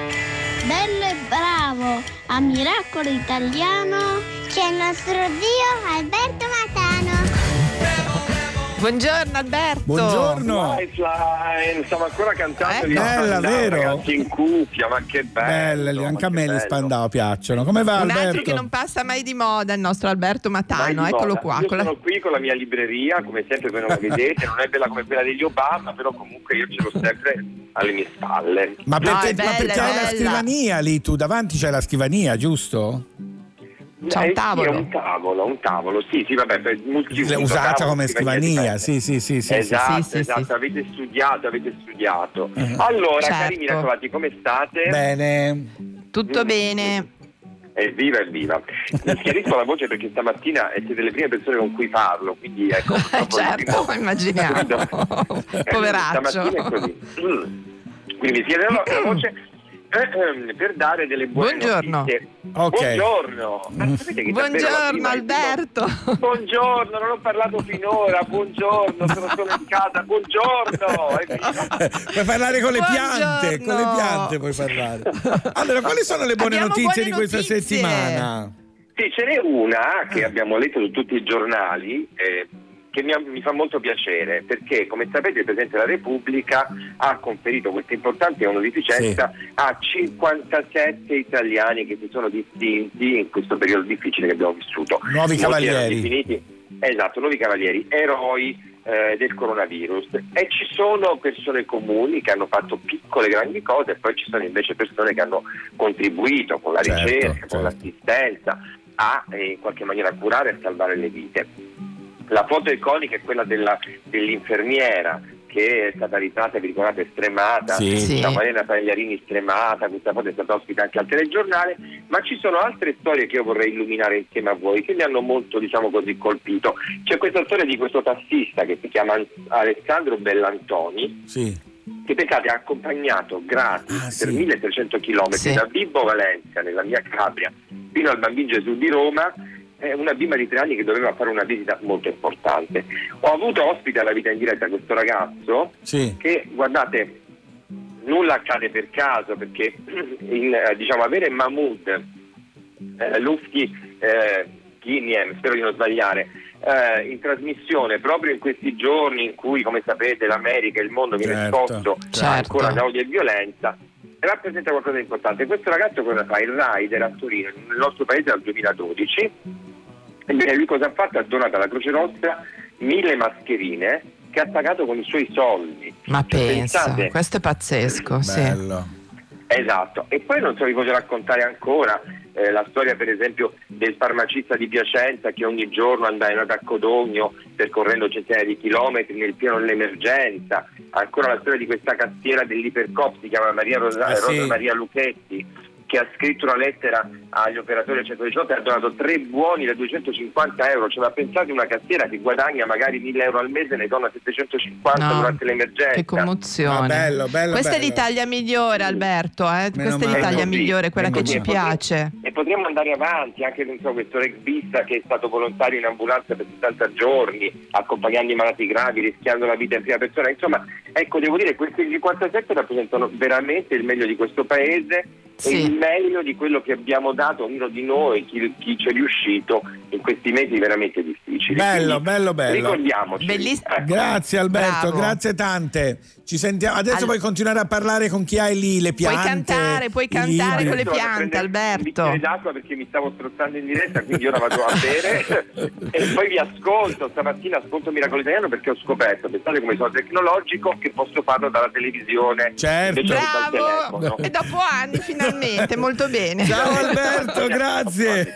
Bello e bravo, a Miracolo Italiano c'è il nostro Dio Alberto Matano. Buongiorno Alberto. Buongiorno. Lifeline, stavo ancora cantando gli Bella, vero? ragazzi in cuffia, ma che bello. Bella, anche a me gli Spandau piacciono. Come va Alberto? Un altro che non passa mai di moda, il nostro Alberto Matano, eccolo qua. Io sono qui con la mia libreria, come sempre voi non la vedete, non è bella come quella degli Obama, però comunque io ce l'ho sempre alle mie spalle. Ma perché hai la scrivania lì, tu davanti c'hai la scrivania, giusto? C'è un tavolo. Sì, un tavolo, sì, vabbè, usata come scrivania, sì. Esatto, avete studiato. Allora, certo. Cari miracolati, come state? Bene. Tutto bene. Evviva. Mi chiarisco la voce perché stamattina siete le prime persone con cui parlo, quindi ecco. Certo, immaginiamo. Poveraccio. Stamattina è così. Quindi mi chiederò la voce per dare delle buone notizie. Okay. Buongiorno. Buongiorno Alberto. Buongiorno, non ho parlato finora. Buongiorno, sono solo in casa. Buongiorno. Puoi parlare con le piante, puoi parlare. Allora, quali sono le buone notizie di questa settimana? Sì, ce n'è una che abbiamo letto su tutti i giornali, che mi fa molto piacere, perché come sapete il Presidente della Repubblica ha conferito questa importante onorificenza a 57 italiani che si sono distinti in questo periodo difficile che abbiamo vissuto. Nuovi cavalieri. Nuovi cavalieri, eroi del coronavirus, e ci sono persone comuni che hanno fatto piccole grandi cose, e poi ci sono invece persone che hanno contribuito con la ricerca, con l'assistenza a in qualche maniera curare e salvare le vite. La foto iconica è quella dell'infermiera che è stata ritratta, vi ricordate, stremata, da Mariana Pagliarini stremata. Questa foto è stata ospite anche al telegiornale, ma ci sono altre storie che io vorrei illuminare insieme a voi, che mi hanno molto, diciamo così, colpito. C'è questa storia di questo tassista che si chiama Alessandro Bellantoni, che pensate ha accompagnato gratis per 1300 chilometri da Vibo Valentia, nella mia Calabria, fino al Bambino Gesù di Roma, una bimba di 3 anni che doveva fare una visita molto importante. Ho avuto ospite alla Vita in Diretta questo ragazzo che, guardate, nulla accade per caso, perché avere Mahmoud Lufki Kiniem, spero di non sbagliare, in trasmissione proprio in questi giorni in cui, come sapete, l'America e il mondo viene esposto ancora ad odio e violenza, rappresenta qualcosa di importante. Questo ragazzo cosa fa? Il rider a Torino, nel nostro paese dal 2012. Ebbene, lui cosa ha fatto? Ha donato alla Croce Rossa 1000 mascherine che ha pagato con i suoi soldi. Ma pensate, questo è pazzesco. Bello. Esatto. E poi non so, vi voglio raccontare ancora la storia, per esempio, del farmacista di Piacenza che ogni giorno andava a Codogno percorrendo centinaia di chilometri nel pieno dell'emergenza. Ancora la storia di questa cassiera dell'Ipercoop, si chiama Rosa Maria Luchetti, che ha scritto una lettera agli operatori del 118 e ha donato 3 buoni da 250 euro. Cioè, ma pensate, una cassiera che guadagna magari 1.000 euro al mese ne dona 750 durante l'emergenza. Che commozione. Bello, questa è l'Italia migliore, Alberto, questa è l'Italia migliore, quella che ci piace. E potremmo andare avanti, anche questo rugbista che è stato volontario in ambulanza per 70 giorni, accompagnando i malati gravi, rischiando la vita in prima persona. Insomma, ecco, devo dire, questi 57 rappresentano veramente il meglio di questo paese e il meglio di quello che abbiamo dato, ognuno di noi, chi ci è riuscito in questi mesi veramente difficili. Bello. Ricordiamoci. Grazie Alberto, Bravo. grazie tante. Ci sentiamo. Adesso puoi continuare a parlare con chi hai lì le piante. Puoi cantare con le piante, Alberto. Un d'acqua perché mi stavo strozzando in diretta, quindi ora vado a bere e poi vi ascolto. Stamattina ascolto Miracolo Italiano perché ho scoperto, pensate come sono tecnologico, che posso farlo dalla televisione. Certo. Bravo. E dopo anni finalmente, molto bene. Ciao Alberto, grazie.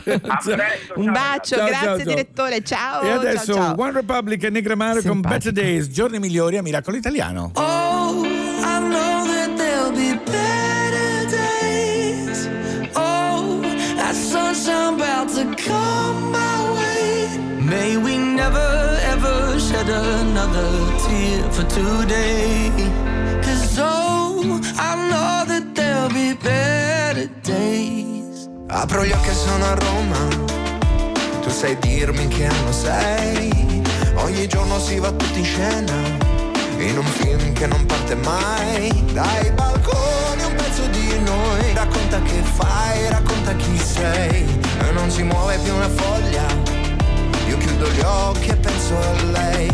Un bacio, grazie direttore, ciao. E adesso ciao. One Republic e Negramaro con Better Days, giorni migliori a Miracolo Italiano. Oh, I know that there'll be better days. Oh, that sunshine about to come my way. May we never ever shed another tear for today. 'Cause oh, I know that there'll be better days. Apro gli occhi e sono a Roma. Tu sai dirmi in che anno sei. Ogni giorno si va tutti in scena in un film che non parte mai. Dai balconi un pezzo di noi. Racconta che fai, racconta chi sei. E non si muove più una foglia. Io chiudo gli occhi e penso a lei.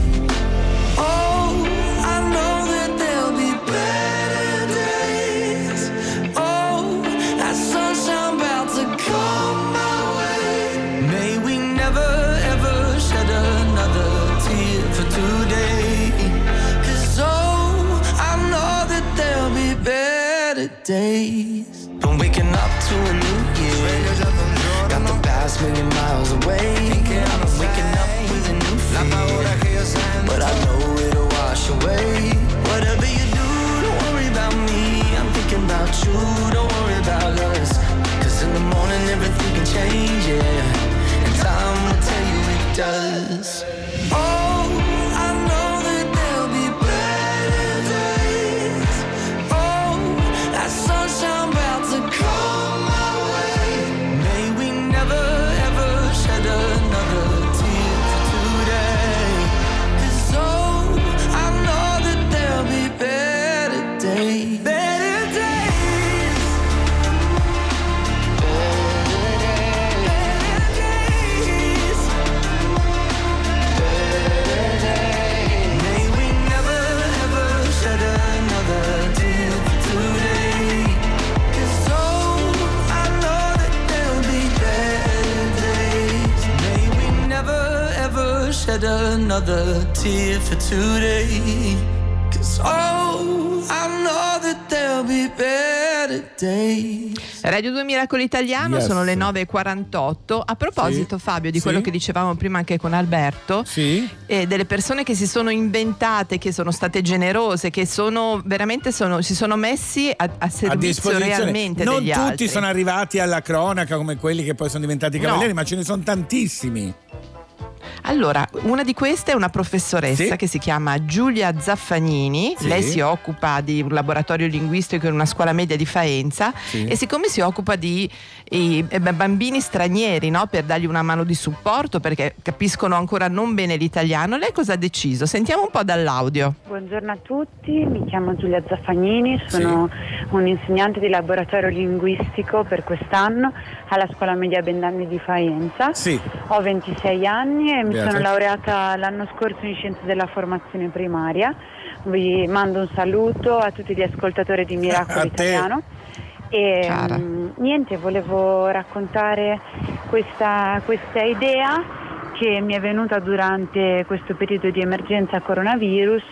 Oh, I know that there'll be better days. Oh, that sunshine about to come my way. May we never ever shed another tear for today. Better days. I'm waking up to a new year. Got the past million miles away. I'm waking up with a new fear, but I know it'll wash away. Whatever you do, don't worry about me. I'm thinking about you, don't worry about us. 'Cause in the morning everything can change, yeah. And time will tell you it does. Oh, I know that there'll be better days. Sunshine about to come my way. shed another tear for today. 'Cause oh, I know that there'll be better days. Radio 2 Miracolo Italiano, Yes. sono le 9:48. A proposito, Sì. Fabio, di Sì. quello che dicevamo prima anche con Alberto, delle persone che si sono inventate, che sono state generose, che sono veramente si sono messi a servizio realmente non degli tutti altri. sono arrivati alla cronaca come quelli che poi sono diventati cavalieri, ma ce ne sono tantissimi. Allora, una di queste è una professoressa che si chiama Giulia Zaffagnini. Sì. Lei si occupa di un laboratorio linguistico in una scuola media di Faenza, e siccome si occupa di bambini stranieri, no? Per dargli una mano di supporto, perché capiscono ancora non bene l'italiano, lei cosa ha deciso? Sentiamo un po' dall'audio. Buongiorno a tutti, mi chiamo Giulia Zaffagnini, sono un'insegnante di laboratorio linguistico per quest'anno alla scuola media Bendani di Faenza. Ho 26 anni e mi sono laureata l'anno scorso in scienze della formazione primaria. Vi mando un saluto a tutti gli ascoltatori di Miracolo Italiano. E niente, volevo raccontare questa idea che mi è venuta durante questo periodo di emergenza coronavirus,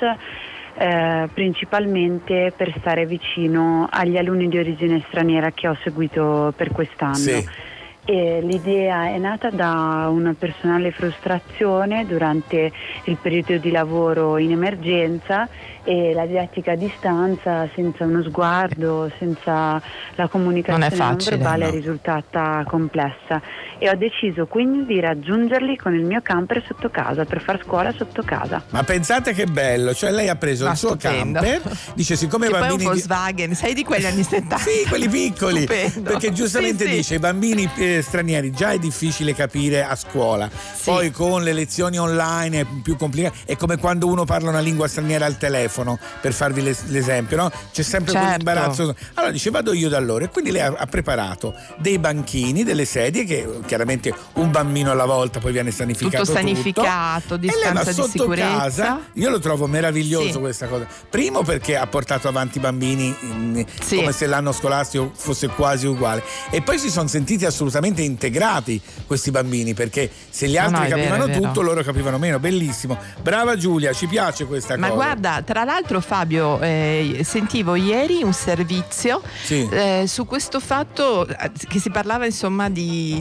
principalmente per stare vicino agli alunni di origine straniera che ho seguito per quest'anno. E l'idea è nata da una personale frustrazione durante il periodo di lavoro in emergenza, e la didattica a distanza senza uno sguardo, senza la comunicazione non verbale è risultata complessa, e ho deciso quindi di raggiungerli con il mio camper sotto casa per far scuola sotto casa. Ma pensate che bello, cioè lei ha preso il suo camper, dice siccome i bambini poi un Volkswagen, sei di quegli anni 70. Sì, quelli piccoli. Stupendo. Perché giustamente dice i bambini stranieri già è difficile capire a scuola, poi con le lezioni online è più complicato, è come quando uno parla una lingua straniera al telefono, per farvi l'esempio, no? C'è sempre quell'imbarazzo. Allora dice vado io da loro, e quindi lei ha preparato dei banchini, delle sedie, che chiaramente un bambino alla volta, poi viene sanificato tutto sanificato, distanza di sicurezza. Casa, io lo trovo meraviglioso questa cosa. Primo perché ha portato avanti i bambini come se l'anno scolastico fosse quasi uguale, e poi si sono sentiti assolutamente integrati questi bambini, perché se gli altri capivano tutto, loro capivano meno. Bellissimo, brava Giulia, ci piace questa cosa. Ma guarda, tra l'altro Fabio, sentivo ieri un servizio su questo fatto, che si parlava insomma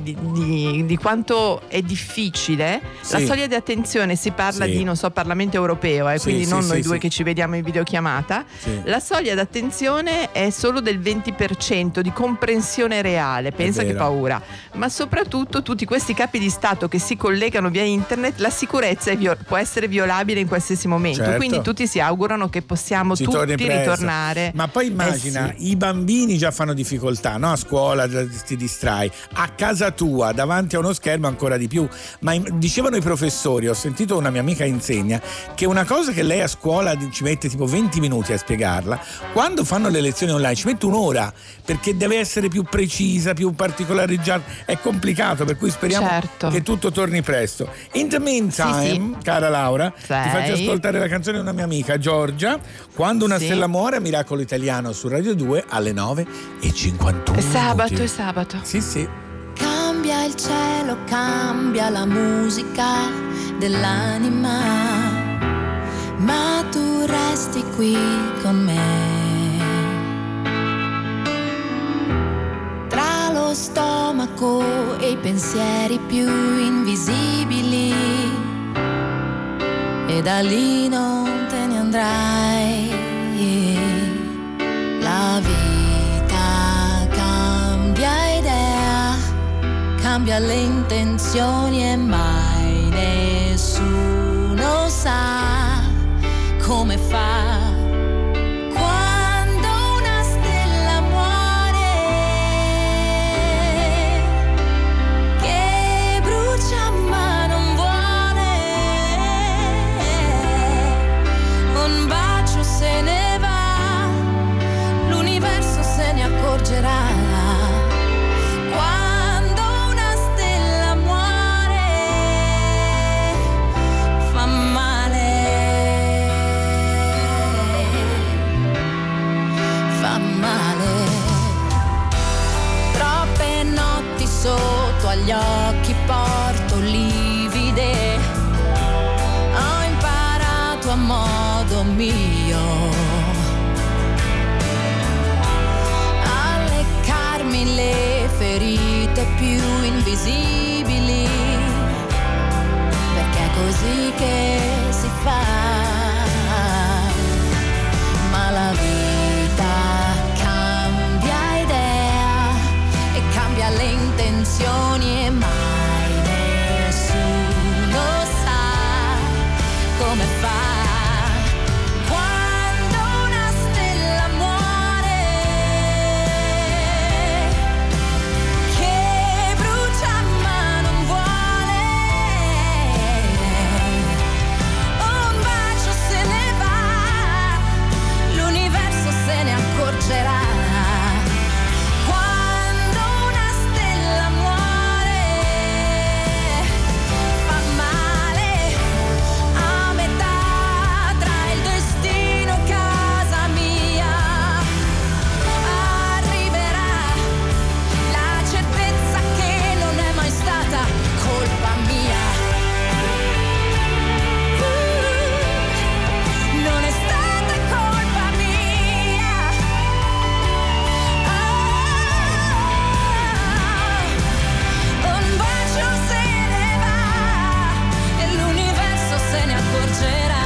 di quanto è difficile la soglia di attenzione. Si parla di, non so, Parlamento europeo, quindi non noi due che ci vediamo in videochiamata. La soglia d'attenzione è solo del 20% di comprensione reale, pensa che paura. Ma soprattutto tutti questi capi di Stato che si collegano via internet, la sicurezza può essere violabile in qualsiasi momento, quindi tutti si augurano che possiamo tutti ritornare. Ma poi immagina, i bambini già fanno difficoltà, no? A scuola ti distrai, a casa tua davanti a uno schermo ancora di più. Ma dicevano i professori, ho sentito una mia amica insegna, che una cosa che lei a scuola ci mette tipo 20 minuti a spiegarla, quando fanno le lezioni online ci mette un'ora, perché deve essere più precisa, più particolareggiata, è complicato, per cui speriamo che tutto torni presto. In the meantime, cara Laura, ti faccio ascoltare la canzone di una mia amica, Giorgia, Quando una stella muore, a Miracolo Italiano su Radio 2 alle 9:51. È sabato. Sì. Cambia il cielo, cambia la musica dell'anima, ma tu resti qui con me. Tra lo stomaco e i pensieri più invisibili, e da lì non te ne andrai. La vita cambia idea, cambia le intenzioni, e mai nessuno sa come fa. Quando una stella muore, che brucia ma non vuole, un bacio se ne va, l'universo se ne accorgerà. Quando una stella muore, fa male, fa male. Troppe notti sotto agli occhi porto livide, lado mio, a leccarmi le ferite più invisibili, perché è così che si fa. Ma la vita cambia idea e cambia le intenzioni e mai nessuno sa come fa. Quando una stella muore, che brucia ma non vuole, un bacio se ne va, l'universo se ne accorgerà. Quando una stella muore, fa male a metà tra il destino e casa mia. Arriverà la certezza che non è mai stata colpa mia. Non è stata colpa mia. Un bacio se ne va e l'universo se ne accorgerà.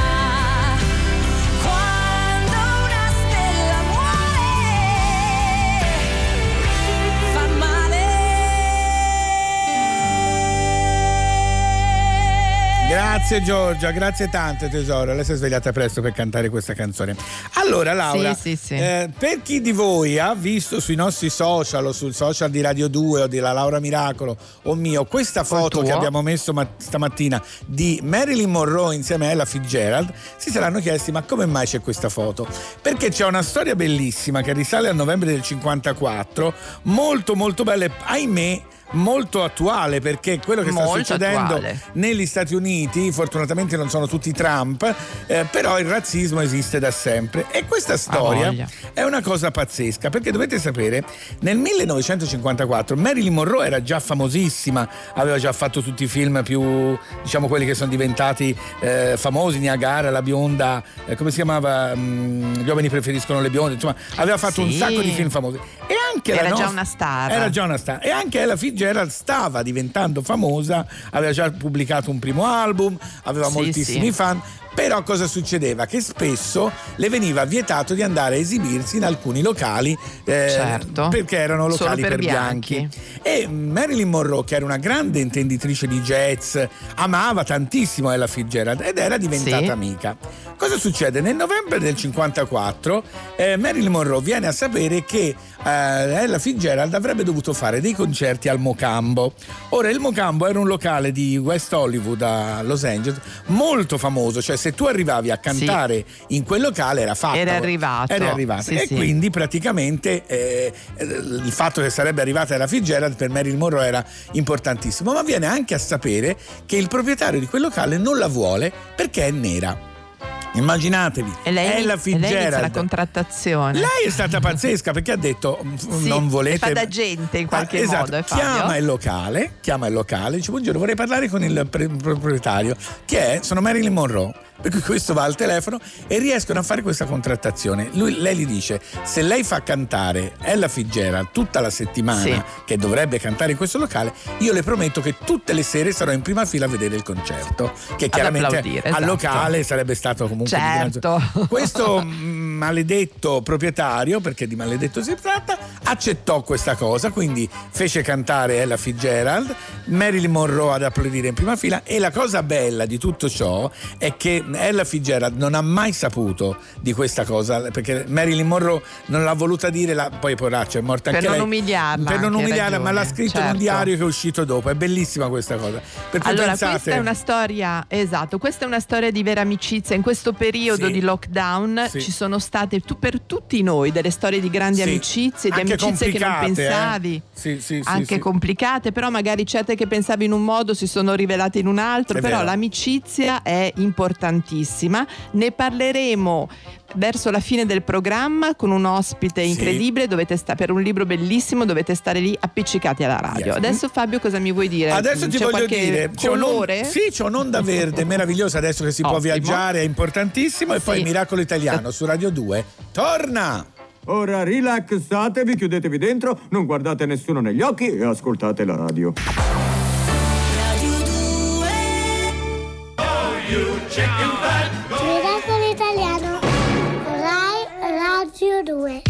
Quando una stella muore, fa male. Grazie Giorgia, grazie tante tesoro, lei si è svegliata presto per cantare questa canzone. Allora Laura, Sì. per chi di voi ha visto sui nostri social o sul social di Radio 2 o della Laura Miracolo o mio questa foto che abbiamo messo stamattina di Marilyn Monroe insieme a Ella Fitzgerald, si saranno chiesti ma come mai c'è questa foto? Perché c'è una storia bellissima che risale al novembre del 54, molto molto bella e ahimè molto attuale, perché quello che sta Molto succedendo attuale. negli Stati Uniti, fortunatamente non sono tutti Trump, però il razzismo esiste da sempre e questa storia voglia. è una cosa pazzesca, perché dovete sapere nel 1954 Marilyn Monroe era già famosissima, aveva già fatto tutti i film più, diciamo, quelli che sono diventati famosi, Niagara, La bionda, come si chiamava, Gli uomini preferiscono le bionde, insomma aveva fatto un sacco di film famosi e anche Era già una star e anche Ella Fitzgerald stava diventando famosa, aveva già pubblicato un primo album, aveva moltissimi fan. Però cosa succedeva? Che spesso le veniva vietato di andare a esibirsi in alcuni locali, perché erano locali Solo per bianchi. E Marilyn Monroe, che era una grande intenditrice di jazz, amava tantissimo Ella Fitzgerald ed era diventata amica. Cosa succede? Nel novembre del 54 Marilyn Monroe viene a sapere che Ella Fitzgerald avrebbe dovuto fare dei concerti al Mocambo. Ora il Mocambo era un locale di West Hollywood a Los Angeles molto famoso, cioè se tu arrivavi a cantare in quel locale era fatto. Era arrivato. Quindi praticamente il fatto che sarebbe arrivata Ella Fitzgerald per Marilyn Monroe era importantissimo, ma viene anche a sapere che il proprietario di quel locale non la vuole perché è nera. Immaginatevi, Ella Fitzgerald. Lei la contrattazione. Lei è stata pazzesca perché ha detto non volete. Fa da gente in qualche modo. Chiama il locale, dice buongiorno, vorrei parlare con il proprietario, che sono Marilyn Monroe. Per cui questo va al telefono e riescono a fare questa contrattazione. Lei gli dice: se lei fa cantare Ella Fitzgerald tutta la settimana che dovrebbe cantare in questo locale, io le prometto che tutte le sere sarò in prima fila a vedere il concerto, che chiaramente al locale sarebbe stato comunque questo maledetto proprietario, perché di maledetto si tratta, accettò questa cosa, quindi fece cantare Ella Fitzgerald, Marilyn Monroe ad applaudire in prima fila. E la cosa bella di tutto ciò è che Ella Fitzgerald non ha mai saputo di questa cosa, perché Marilyn Monroe non l'ha voluta dire, poi poraccia è morta anche lei. Per non umiliarla, ma l'ha scritto in un diario che è uscito dopo. È bellissima questa cosa. Allora, questa è una storia, questa è una storia di vera amicizia. In questo periodo di lockdown ci sono state per tutti noi delle storie di grandi amicizie, di anche amicizie che non pensavi, anche complicate, però magari certe cose che pensavi in un modo si sono rivelate in un altro, però l'amicizia è importantissima. Ne parleremo verso la fine del programma con un ospite incredibile. Dovete per un libro bellissimo, dovete stare lì appiccicati alla radio. Adesso Fabio, cosa mi vuoi dire? Adesso ti voglio dire, colore? c'è un'onda verde meravigliosa adesso che si può viaggiare, è importantissimo. E poi Miracolo Italiano su Radio 2 torna. Ora rilassatevi, chiudetevi dentro, non guardate nessuno negli occhi e ascoltate la radio. Miracolo Italiano, Rai Radio 2.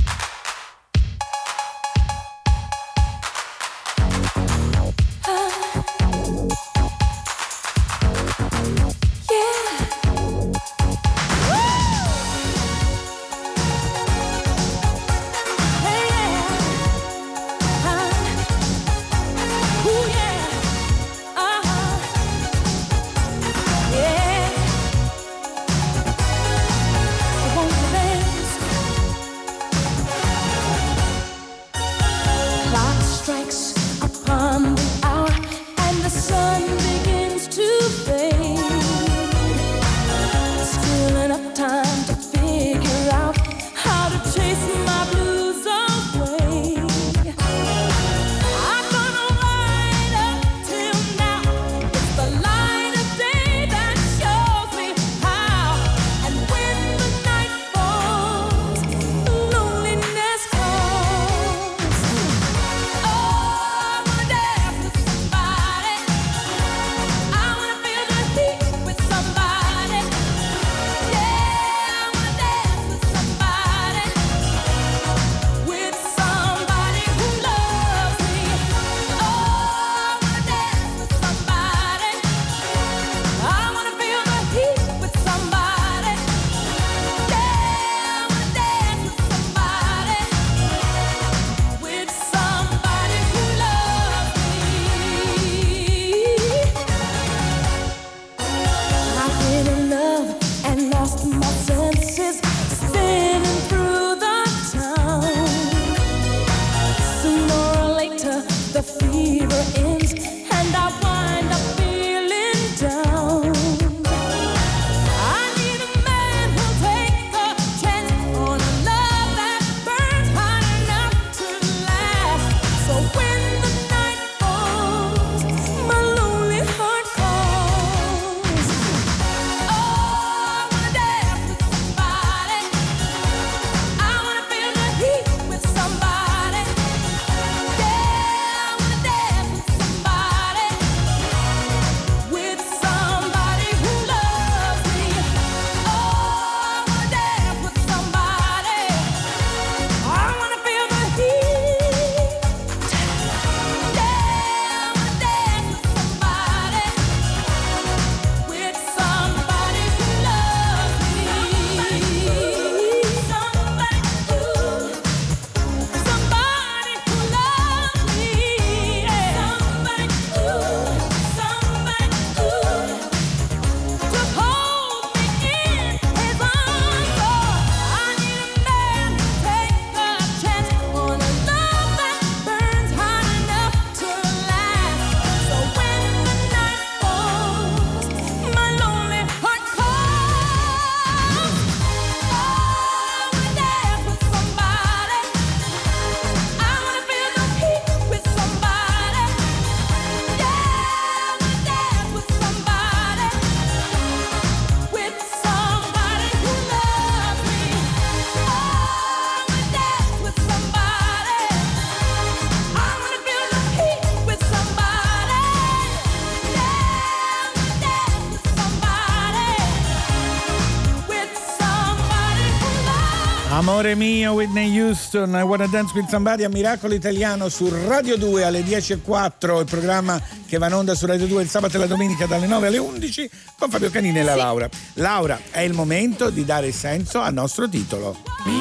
Amore mio, Whitney Houston, I Wanna Dance With Somebody a Miracolo Italiano su Radio 2 alle 10:04, il programma che va in onda su Radio 2 il sabato e la domenica dalle 9 alle 11 con Fabio Canini e la Laura. Laura, è il momento di dare il senso al nostro titolo.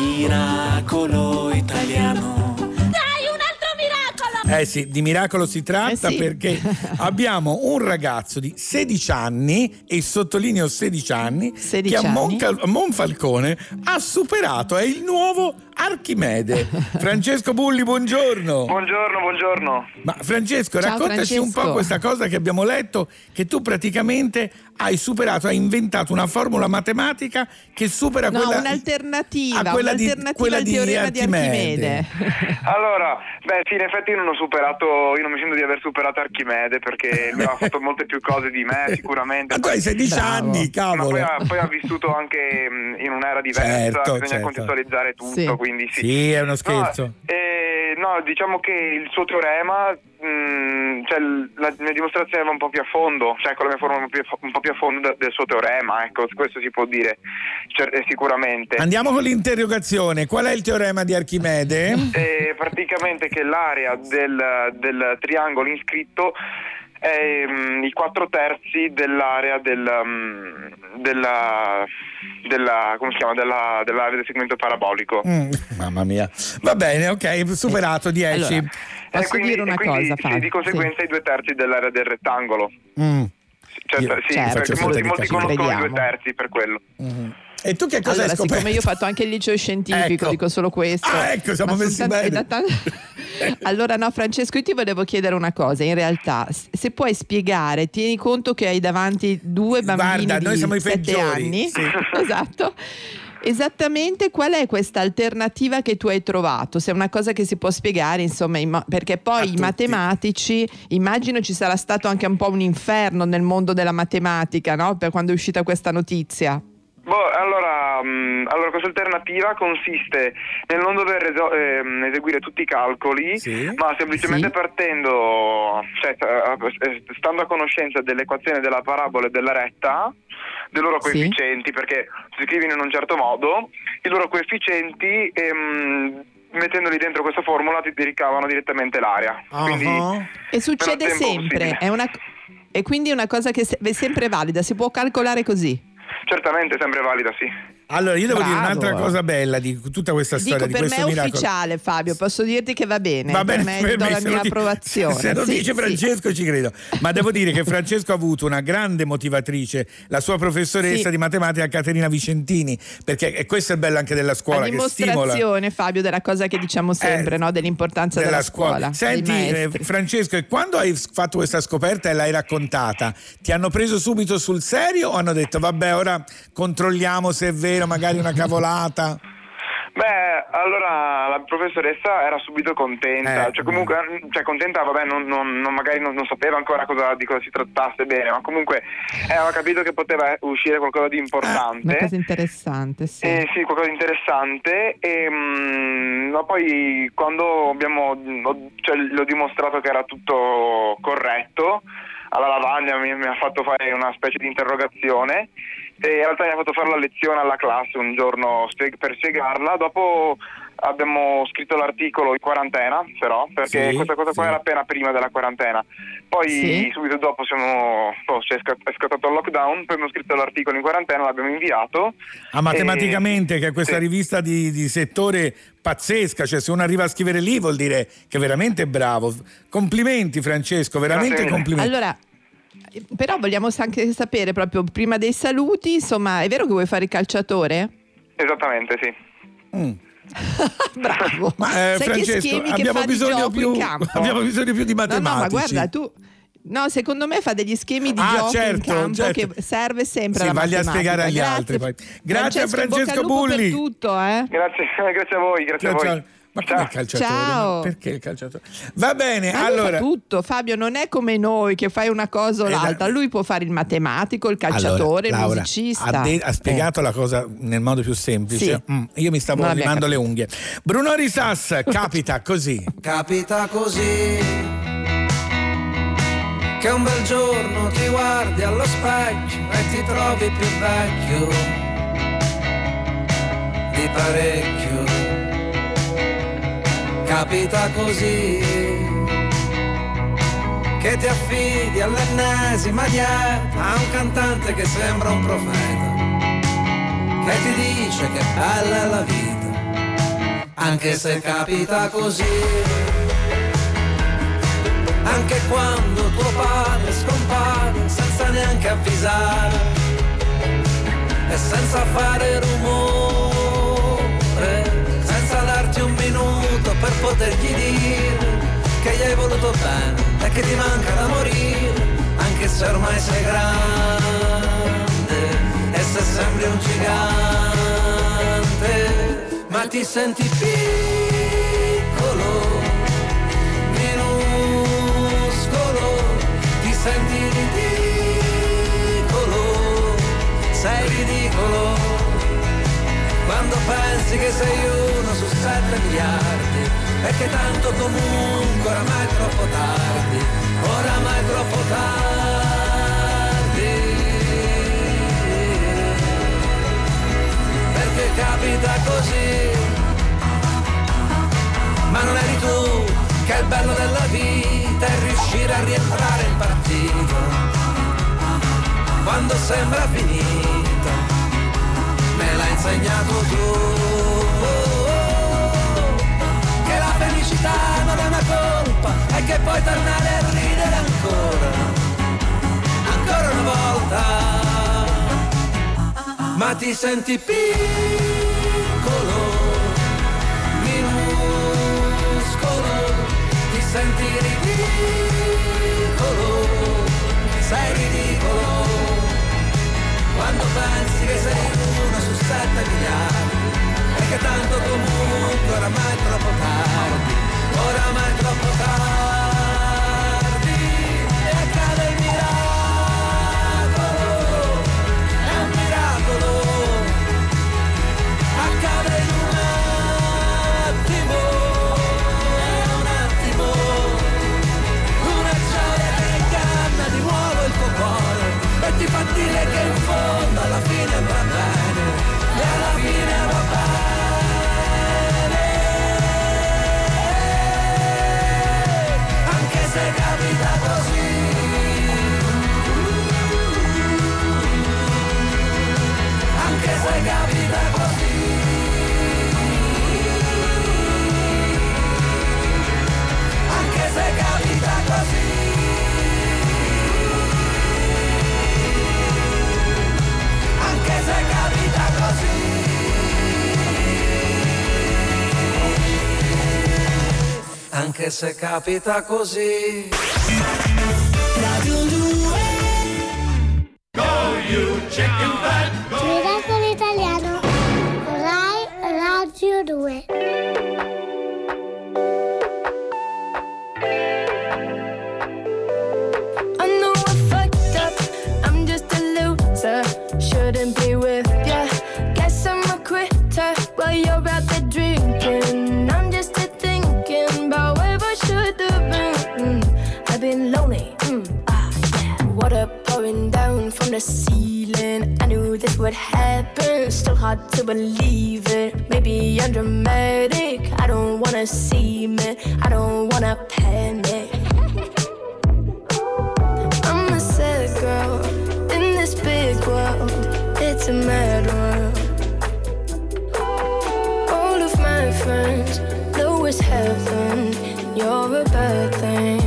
Miracolo Italiano. Sì, di miracolo si tratta perché abbiamo un ragazzo di 16 anni, e sottolineo 16 anni, che a Monfalcone ha superato, è il nuovo Archimede. Francesco Bulli, buongiorno. Buongiorno. Ma Francesco, ciao, raccontaci Francesco. un po' questa cosa che abbiamo letto, che tu praticamente hai inventato una formula matematica che supera un'alternativa al teorema di Archimede. Allora, sì, in effetti io non mi sento di aver superato Archimede, perché lui ha fatto molte più cose di me, sicuramente. Ma tu hai 16 anni, cavolo. Ma poi ha vissuto anche in un'era diversa, bisogna contestualizzare tutto, sì. Quindi sì. Sì, è uno scherzo. No, diciamo che il suo teorema, la mia dimostrazione va un po' più a fondo, con la mia formula un po' più a fondo del suo teorema, ecco, questo si può dire sicuramente. Andiamo con l'interrogazione. Qual è il teorema di Archimede? Praticamente che l'area del triangolo inscritto è i 4/3 dell'area della come si chiama, dell'area del segmento parabolico. Mamma mia. Va bene, ok, superato 10. Allora, posso dire una cosa, Fabio? Di conseguenza i 2/3 dell'area del rettangolo. Perché molti conoscono i 2/3 per quello. E tu che cosa hai scoperto? Siccome io ho fatto anche il liceo scientifico, dico solo questo. Ecco, siamo messi bene. Allora no, Francesco, io ti volevo chiedere una cosa. In realtà, se puoi spiegare, tieni conto che hai davanti 2 bambini Guarda, noi siamo di i 7 peggiori, anni. sì. Esatto. Esattamente qual è questa alternativa che tu hai trovato? Se è una cosa che si può spiegare, insomma, perché poi i matematici, immagino ci sarà stato anche un po' un inferno nel mondo della matematica, no? Per quando è uscita questa notizia. Allora questa alternativa consiste nel non dover eseguire tutti i calcoli, ma semplicemente partendo, stando a conoscenza dell'equazione della parabola e della retta, dei loro coefficienti, perché si scrivono in un certo modo, i loro coefficienti, mettendoli dentro questa formula ti ricavano direttamente l'area. E succede sempre, e quindi è una cosa che è sempre valida, si può calcolare così? Certamente, sempre valida, sì. Allora, io devo dire un'altra cosa bella di tutta questa storia, di questo miracolo. Per me è ufficiale, Fabio, posso dirti che va bene. Va bene, per me do la mia approvazione. Se lo dice Francesco ci credo. Ma devo dire che Francesco ha avuto una grande motivatrice, la sua professoressa di matematica Caterina Vicentini, perché questo è bello anche della scuola, che stimola. Dimostrazione, Fabio, della cosa che diciamo sempre, no? Dell'importanza della scuola. Senti, Francesco, e quando hai fatto questa scoperta e l'hai raccontata, ti hanno preso subito sul serio o hanno detto vabbè, ora controlliamo se è vero, magari una cavolata? Allora la professoressa era subito contenta, contenta, vabbè, magari non sapeva ancora di cosa si trattasse bene, ma comunque aveva capito che poteva uscire qualcosa di importante. Una cosa interessante, sì. Sì, qualcosa di interessante. Ma poi quando l'ho dimostrato che era tutto corretto, alla lavagna mi ha fatto fare una specie di interrogazione. E in realtà mi ha fatto fare la lezione alla classe un giorno per spiegarla. Dopo abbiamo scritto l'articolo in quarantena, però, perché questa cosa qua era appena prima della quarantena. Poi subito dopo è scattato il lockdown, poi abbiamo scritto l'articolo in quarantena, l'abbiamo inviato. Matematicamente, che è questa rivista di settore pazzesca, cioè se uno arriva a scrivere lì vuol dire che è veramente bravo. Complimenti Francesco, veramente complimenti. Allora, però vogliamo anche sapere, proprio prima dei saluti, insomma, è vero che vuoi fare il calciatore? Esattamente, sì. Bravo. Ma Francesco, abbiamo bisogno più di matematici. No, ma guarda, tu secondo me fa degli schemi di gioco in campo che serve sempre la matematica. Vagli a spiegare agli altri poi. Grazie a Francesco Bulli. Per tutto, Grazie a voi. Ma come il calciatore? Ciao. Ma perché il calciatore? Va bene, ma allora. Fa tutto, Fabio, non è come noi che fai una cosa o l'altra. Lui può fare il matematico, il calciatore, il musicista. Ha spiegato la cosa nel modo più semplice. Io mi stavo limando le unghie. Bruno Risas, capita così. Capita così che un bel giorno ti guardi allo specchio e ti trovi più vecchio di parecchio. Capita così che ti affidi all'ennesima dieta a un cantante che sembra un profeta, che ti dice che bella è la vita, anche se capita così. Anche quando tuo padre scompare senza neanche avvisare e senza fare rumore, senza che ti manca da morire, anche se ormai sei grande e sei sempre un gigante, ma ti senti piccolo, minuscolo, ti senti ridicolo, sei ridicolo, quando pensi che sei uno su 7 miliardi e che tanto comunque oramai è troppo tardi, oramai è troppo tardi, perché capita così, ma non eri tu che il bello della vita è riuscire a rientrare in partita quando sembra finita, me l'hai insegnato tu, che la felicità non è una colpa e che puoi tornare a ridere ancora una volta, ma ti senti piccolo, minuscolo, ti senti ridicolo, sei ridicolo, quando pensi che sei uno su 7 miliardi e che tanto comunque oramai è troppo tardi, oramai è troppo tardi, e accade il miracolo, è un miracolo, accade in un attimo, è un attimo, una gioia che inganna di nuovo il tuo cuore e ti fa dire che in fondo alla fine va bene, e alla fine va bene, anche se capita così, anche se capita così, anche se capita così, anche se capita così, anche se capita così. Radio 2 Go you chicken fat Miracolo Italiano Rai Radio 2. I know I fucked up, I'm just a loser, shouldn't be with ya. Guess I'm a quitter while you're out there drinking. I'm just a thinking about where I should have been. I've been lonely, yeah. Water pouring down from the ceiling. I knew this would happen, still hard to believe it. Maybe I'm dramatic, I don't wanna see me, I don't wanna panic. I'm a sad girl in this big world, it's a mad world. All of my friends know it's heaven, you're a bad thing.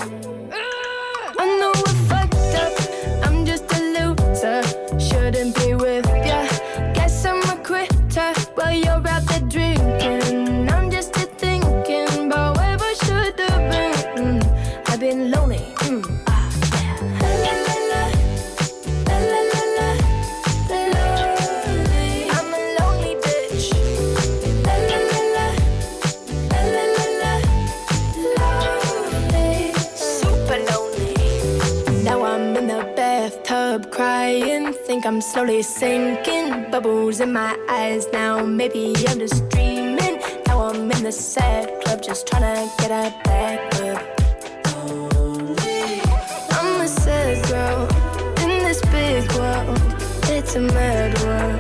I know I fucked up, I'm just a loser, shouldn't be with ya. Guess I'm a quitter while you're out there drinking. I'm just a thinking about where I should have been. I've been lonely, yeah. La la la, la la la la, lonely. I'm a lonely bitch. La la la la, la la la la, lonely. Super lonely. Now I'm in the bathtub crying, think I'm slowly sinking. Bubbles in my eyes now, maybe I'm just dreaming. Now I'm in the sad club, just trying to get a back up. I'm a sad girl in this big world, it's a mad world.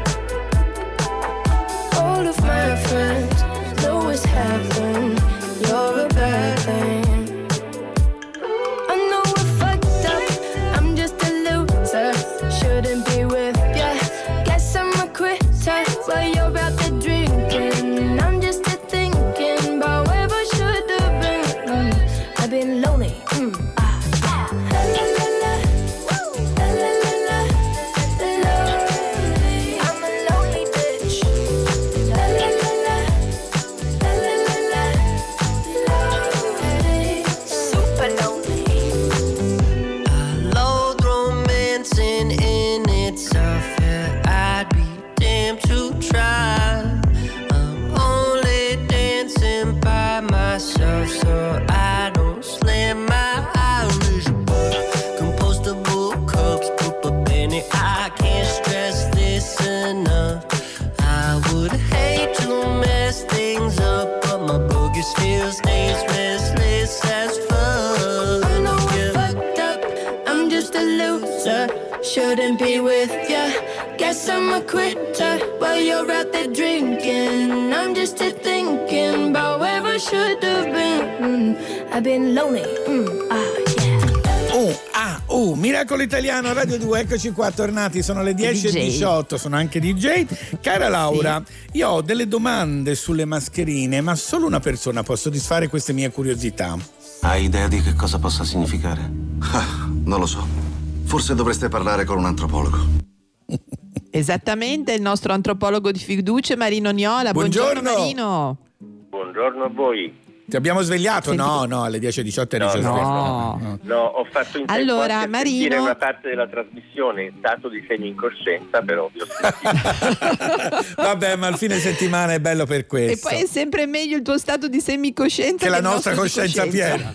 All of my friends know it's heaven, you're a bad thing. I know I fucked up, I'm just a loser, shouldn't be with ya. Guess I'm a quitter while you're out there drinking. I'm just a thinking about where I should have been. I've been lonely, La la la la, la la la la, lonely. bitter. Shouldn't be with ya. Guess I'm a quitter while you're out there drinking. I'm just here thinking about where I should have been. I've been lonely. Miracolo Italiano, Radio 2, eccoci qua, tornati, sono le 10:18, sono anche DJ. Cara Laura, io ho delle domande sulle mascherine, ma solo una persona può soddisfare queste mie curiosità. Hai idea di che cosa possa significare? Non lo so. Forse dovreste parlare con un antropologo. Esattamente, il nostro antropologo di fiducia, Marino Niola. Buongiorno Marino. Buongiorno a voi. Ti abbiamo svegliato? No, alle 10:18 eri già svegliato. No, ho fatto in tempo a sentire una parte della trasmissione in stato di semi-incoscienza, però vi ho sentito. Vabbè, ma il fine settimana è bello per questo. E poi è sempre meglio il tuo stato di semicoscienza che la nostra coscienza piena.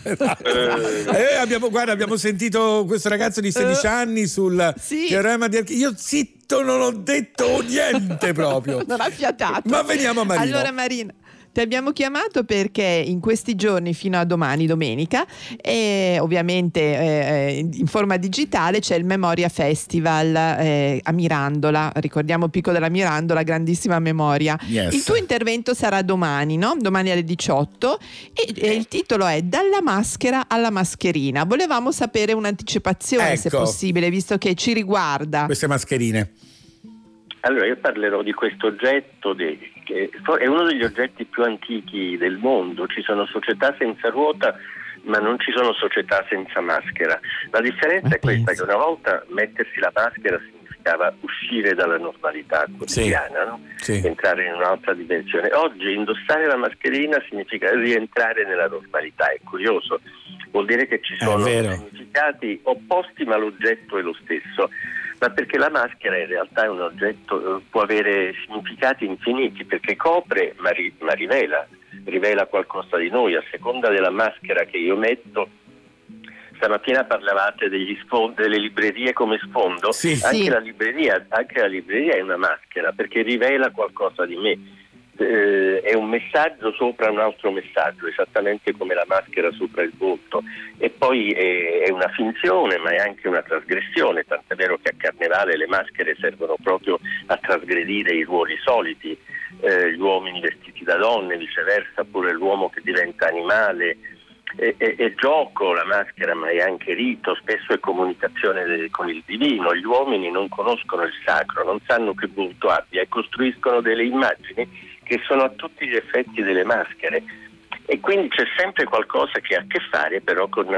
Abbiamo sentito questo ragazzo di 16 anni sul teorema di Io zitto, non ho detto niente proprio. Non ha fiatato. Ma veniamo a Marino. Allora Marino, ti abbiamo chiamato perché in questi giorni fino a domani, domenica, ovviamente in forma digitale c'è il Memoria Festival a Mirandola. Ricordiamo Picco della Mirandola, grandissima memoria. Yes. Il tuo intervento sarà domani, no? Domani alle 18 e il titolo è Dalla maschera alla mascherina. Volevamo sapere un'anticipazione, se possibile, visto che ci riguarda. Queste mascherine. Allora, io parlerò di questo oggetto che è uno degli oggetti più antichi del mondo. Ci sono società senza ruota, ma non ci sono società senza maschera. La differenza è questa, che una volta mettersi la maschera significava uscire dalla normalità quotidiana, no? Entrare in un'altra dimensione. Oggi indossare la mascherina significa rientrare nella normalità. È curioso, vuol dire che ci sono significati opposti, ma l'oggetto è lo stesso. Ma perché la maschera in realtà è un oggetto, può avere significati infiniti, perché copre ma rivela qualcosa di noi. A seconda della maschera che io metto, stamattina parlavate delle librerie come sfondo, anche la libreria è una maschera, perché rivela qualcosa di me. È un messaggio sopra un altro messaggio, esattamente come la maschera sopra il volto, e poi è una finzione, ma è anche una trasgressione, tant'è vero che a Carnevale le maschere servono proprio a trasgredire i ruoli soliti, gli uomini vestiti da donne, viceversa, pure l'uomo che diventa animale. È gioco la maschera, ma è anche rito, spesso è comunicazione con il divino. Gli uomini non conoscono il sacro, non sanno che volto abbia e costruiscono delle immagini che sono a tutti gli effetti delle maschere, e quindi c'è sempre qualcosa che ha a che fare però con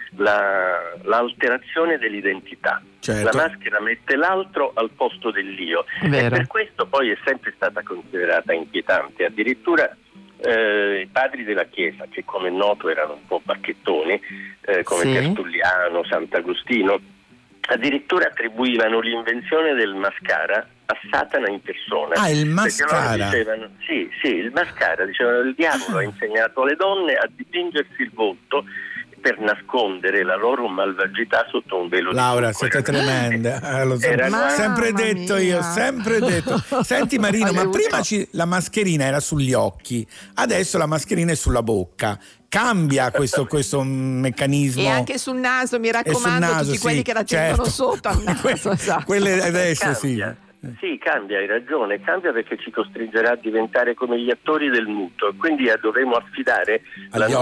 l'alterazione dell'identità. Certo. La maschera mette l'altro al posto dell'io, e per questo poi è sempre stata considerata inquietante. Addirittura i padri della Chiesa, che come è noto erano un po' bacchettoni, come Tertulliano, Sant'Agostino, addirittura attribuivano l'invenzione del mascara a Satana in persona. Il mascara? Dicevano, sì, il mascara, dicevano, il diavolo ha insegnato alle donne a dipingersi il volto per nascondere la loro malvagità sotto un velo Laura, di siete tremende. L'ho sempre detto io, sempre detto. Senti Marino, ma prima la mascherina era sugli occhi, adesso la mascherina è sulla bocca. Cambia questo meccanismo. E anche sul naso, mi raccomando, tutti quelli che la tengono sotto al naso. Quelle adesso cambia. Sì, cambia, hai ragione, cambia perché ci costringerà a diventare come gli attori del muto, quindi dovremo affidare agli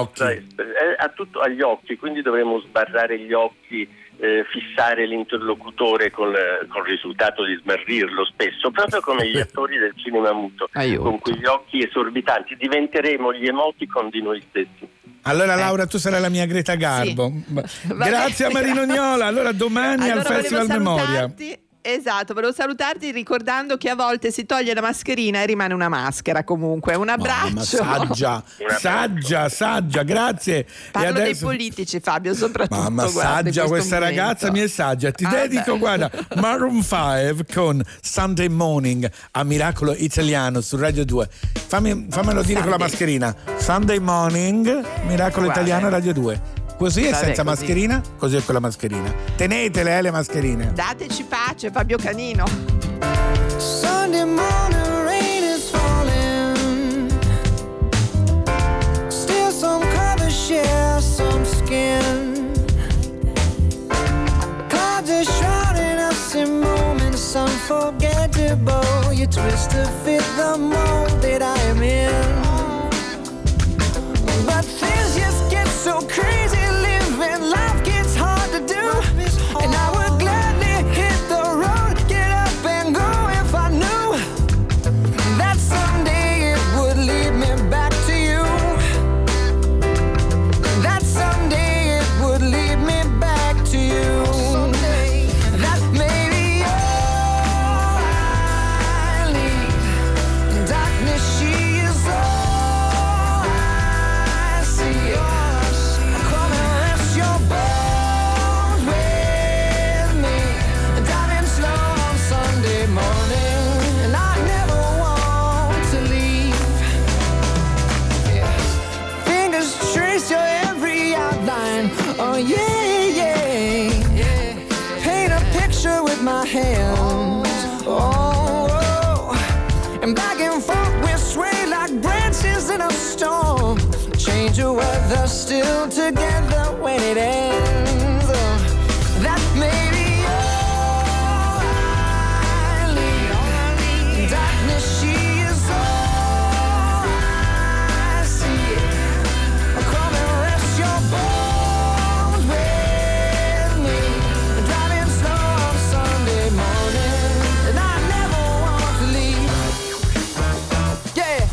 occhi, quindi dovremo sbarrare gli occhi, fissare l'interlocutore con il risultato di smarrirlo spesso, proprio come gli attori del cinema muto, con quegli occhi esorbitanti. Diventeremo gli emoticon di noi stessi. Allora Laura, tu sarai la mia Greta Garbo. Grazie a Marino Niola. Allora domani al Festival Memoria. Esatto, volevo salutarti ricordando che a volte si toglie la mascherina e rimane una maschera comunque. Un abbraccio. Saggia, grazie. Parlo dei politici, Fabio, soprattutto. Mamma, saggia questa ragazza, mi è saggia. Ti dedico, guarda, Maroon 5 con Sunday Morning a Miracolo Italiano su Radio 2. Fammelo dire con la mascherina. Sunday Morning, Miracolo Italiano, Radio 2. Così è senza mascherina, così è con la mascherina. Tenetele le mascherine. Dateci pace, Fabio Canino. Sunday morning rain is falling. Still some colors share some skin. Clouds are shrouded. bow, you twist to fit the mold that I am in. But things just get so crazy, living life gets hard to do. And I would gladly hit the road, get up and go if I knew that someday it would lead me back to you. That someday it would lead me back to you. Someday. That maybe all I need. Darkness, she is all I see. Come and rest your bones with me. Driving slow on Sunday morning, and I never want to leave. Yeah. Fingers trace your every outline. Oh yeah, yeah. Paint a picture with my hands. Oh, and back and forth we sway like branches in a storm. Change your weather, still together when it ends. Oh, that may be all I need. Darkness, she is all I see. Come and rest your bones with me. Driving slow on Sunday morning, and I never want to leave. Yeah.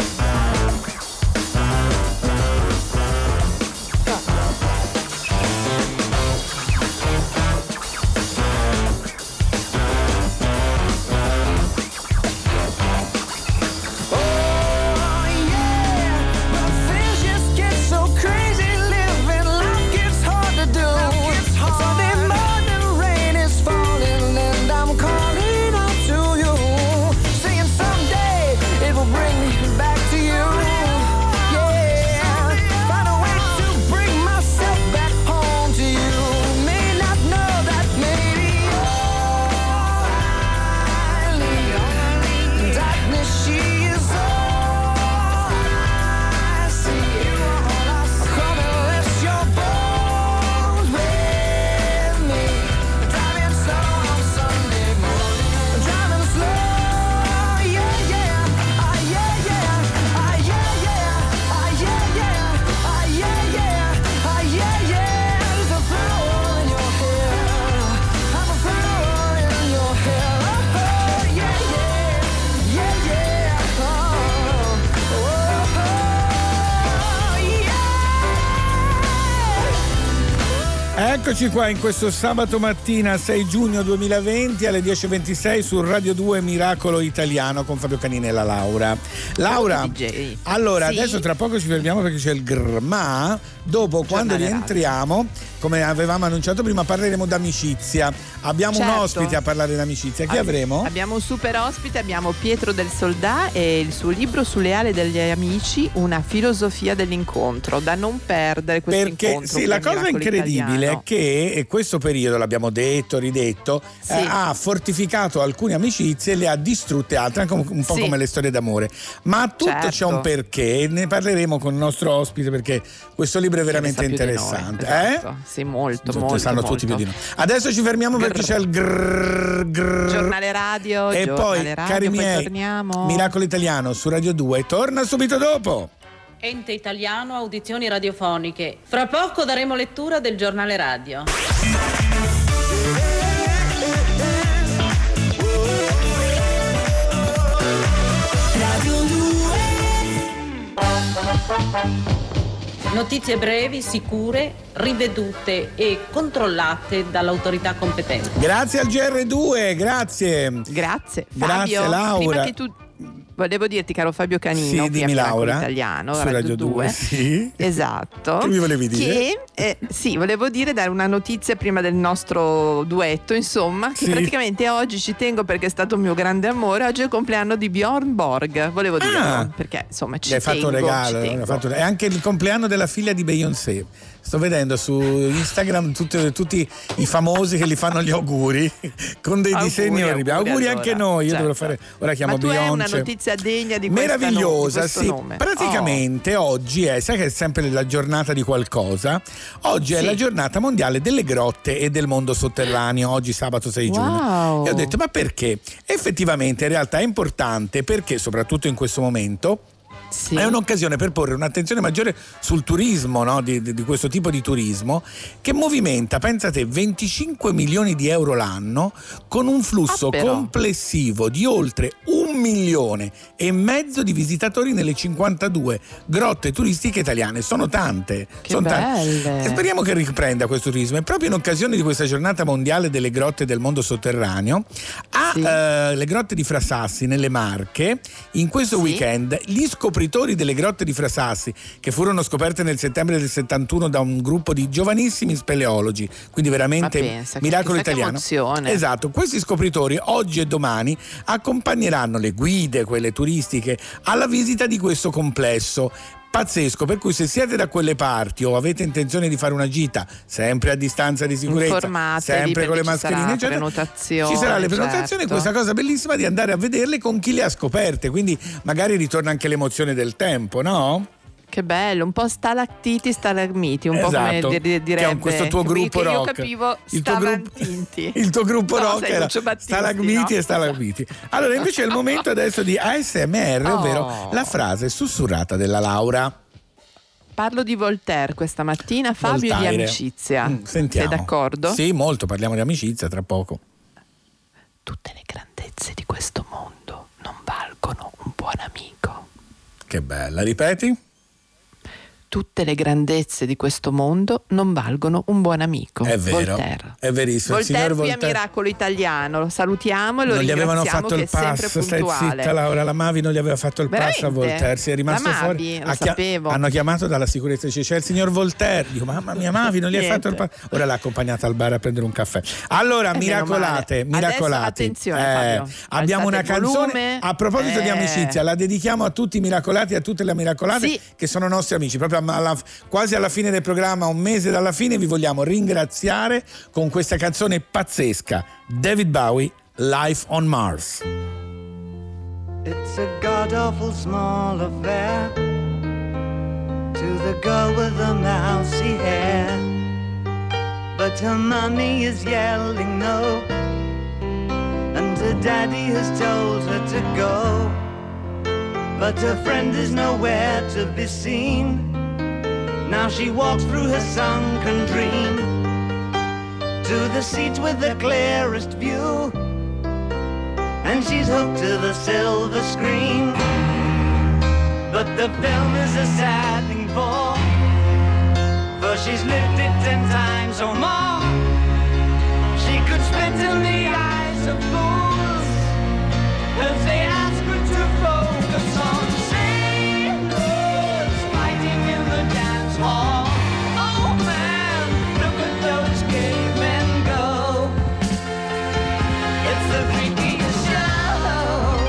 Things just get so crazy, living life gets hard to do. Sunday morning rain is falling, and I'm calling out to you, saying someday it will bring me back to you. Yeah, find a way to bring myself back home to you. May not know that maybe all I need. Darkness, she is all I see. Come and rest your bones with me. Driving slow on Sunday morning. Driving slow, yeah, yeah. Ah, yeah, yeah. Ah, yeah, yeah. Ah, yeah, yeah. Ah, yeah, yeah. Ah, yeah, yeah. There's a flower in your hair. I'm a flower in your hair. Oh, yeah, yeah. Yeah, yeah. Oh, yeah. Eccoci qua in questo sabato mattina 6 giugno 2020 alle 10.26 su Radio 2 Miracolo Italiano con Fabio Canini e la Laura. Laura, allora Sì. adesso tra poco ci fermiamo perché c'è il grr, ma dopo quando rientriamo, come avevamo annunciato prima, parleremo d'amicizia. Abbiamo un Certo. ospite a parlare d'amicizia. Chi avremo? Abbiamo un super ospite, abbiamo Pietro del Soldà e il suo libro Sulle ali degli amici, una filosofia dell'incontro, da non perdere questo Perché incontro. sì, la con il cosa Miracolo incredibile Italiano. è che questo periodo, l'abbiamo detto, ridetto, Sì. ha fortificato alcune amicizie e le ha distrutte altre, anche un po' Sì. come le storie d'amore. Ma a tutto Certo. c'è un perché, ne parleremo con il nostro ospite perché questo libro è veramente Ne sa più di noi, interessante. esatto. Sì, molto, molto. Sanno tutti più di noi. Adesso ci fermiamo perché c'è il Giornale radio, e giornale poi, radio, cari poi miei, torniamo. Miracolo Italiano su Radio 2 torna subito dopo. Ente Italiano Audizioni Radiofoniche. Fra poco daremo lettura del giornale radio. Radio 2. Notizie brevi, sicure, rivedute e controllate dall'autorità competente. Grazie al GR2, grazie. Grazie. Grazie, Fabio, Laura. Prima che tu volevo dirti, caro Fabio Canino, Sì, qui a dimmi, Miracolo Laura, Italiano, su Radio Radio 2, sì. Esatto. Che mi volevi dire? Che sì, volevo dare una notizia prima del nostro duetto, insomma, che Sì. praticamente oggi ci tengo perché è stato un mio grande amore. Oggi è il compleanno di Bjorn Borg, volevo dirlo, perché insomma ci Gli hai tengo. fatto un regalo, ci tengo. è anche il compleanno della figlia di Beyoncé. sto vedendo su Instagram tutti i famosi che gli fanno gli auguri con dei disegni orribili. Auguri allora, anche noi. Io dovrò fare. Ora chiamo Ma tu Beyoncé. È una notizia degna di meravigliosa, questo sì. nome. Praticamente oggi sai che è sempre la giornata di qualcosa. Oggi è la giornata mondiale delle grotte e del mondo sotterraneo. Oggi sabato 6 giugno. E ho detto, ma perché? Effettivamente in realtà è importante perché soprattutto in questo momento è un'occasione per porre un'attenzione maggiore sul turismo, no? di questo tipo di turismo che movimenta, pensate, 25 milioni di euro l'anno con un flusso complessivo di oltre 1,5 milioni di visitatori nelle 52 grotte turistiche italiane. Sono tante. Belle. E speriamo che riprenda questo turismo. E proprio in occasione di questa giornata mondiale delle grotte del mondo sotterraneo, le grotte di Frasassi nelle Marche, in questo weekend gli scopritori delle grotte di Frasassi, che furono scoperte nel settembre del 71 da un gruppo di giovanissimi speleologi, quindi veramente miracolo italiano. Esatto, questi scopritori oggi e domani accompagneranno le guide, quelle turistiche, alla visita di questo complesso pazzesco, per cui se siete da quelle parti o avete intenzione di fare una gita sempre a distanza di sicurezza, sempre con le mascherine, ci sarà le prenotazioni, questa cosa bellissima di andare a vederle con chi le ha scoperte, quindi magari ritorna anche l'emozione del tempo, no? Che bello, un po' stalattiti, stalagmiti, un po' come direbbe. Che è questo tuo gruppo rock. Io capivo stavantinti. Il tuo gruppo rock era stalagmiti e stalagmiti. Allora invece è il momento adesso di ASMR, ovvero la frase sussurrata della Laura. Parlo di Voltaire questa mattina, Fabio, di amicizia. Sentiamo. Sei d'accordo? Sì, molto, parliamo di amicizia tra poco. Tutte le grandezze di questo mondo non valgono un buon amico. Che bella, ripeti? Tutte le grandezze di questo mondo non valgono un buon amico. È vero, Voltaire. È verissimo. Voltaire qui a Miracolo Italiano, lo salutiamo e lo ringraziamo. Non gli avevano fatto il pass, stai zitta Laura, la Mavi non gli aveva fatto il pass a Voltaire, si è rimasto fuori. Lo sapevo. Hanno chiamato dalla sicurezza, dice c'è il signor Voltaire, dico mamma mia Mavi non gli hai fatto il pass, ora l'ha accompagnata al bar a prendere un caffè. Allora miracolate. Adesso, attenzione Fabio, abbiamo una canzone a proposito di amicizia, la dedichiamo a tutti i miracolati, a tutte le miracolate che sono nostri amici, proprio quasi alla fine del programma, un mese dalla fine, vi vogliamo ringraziare con questa canzone pazzesca, David Bowie, Life on Mars. It's a god-awful small affair to the girl with the mousy hair, but her mommy is yelling no, and her daddy has told her to go, but her friend is nowhere to be seen. Now she walks through her sunken dream to the seat with the clearest view, and she's hooked to the silver screen. But the film is a sad thing for she's lived it 10 times or more. She could spit in the eyes of fools if they ask her to focus on sailors fighting in the dance hall. Oh man, look at those cavemen go. It's the freakiest show.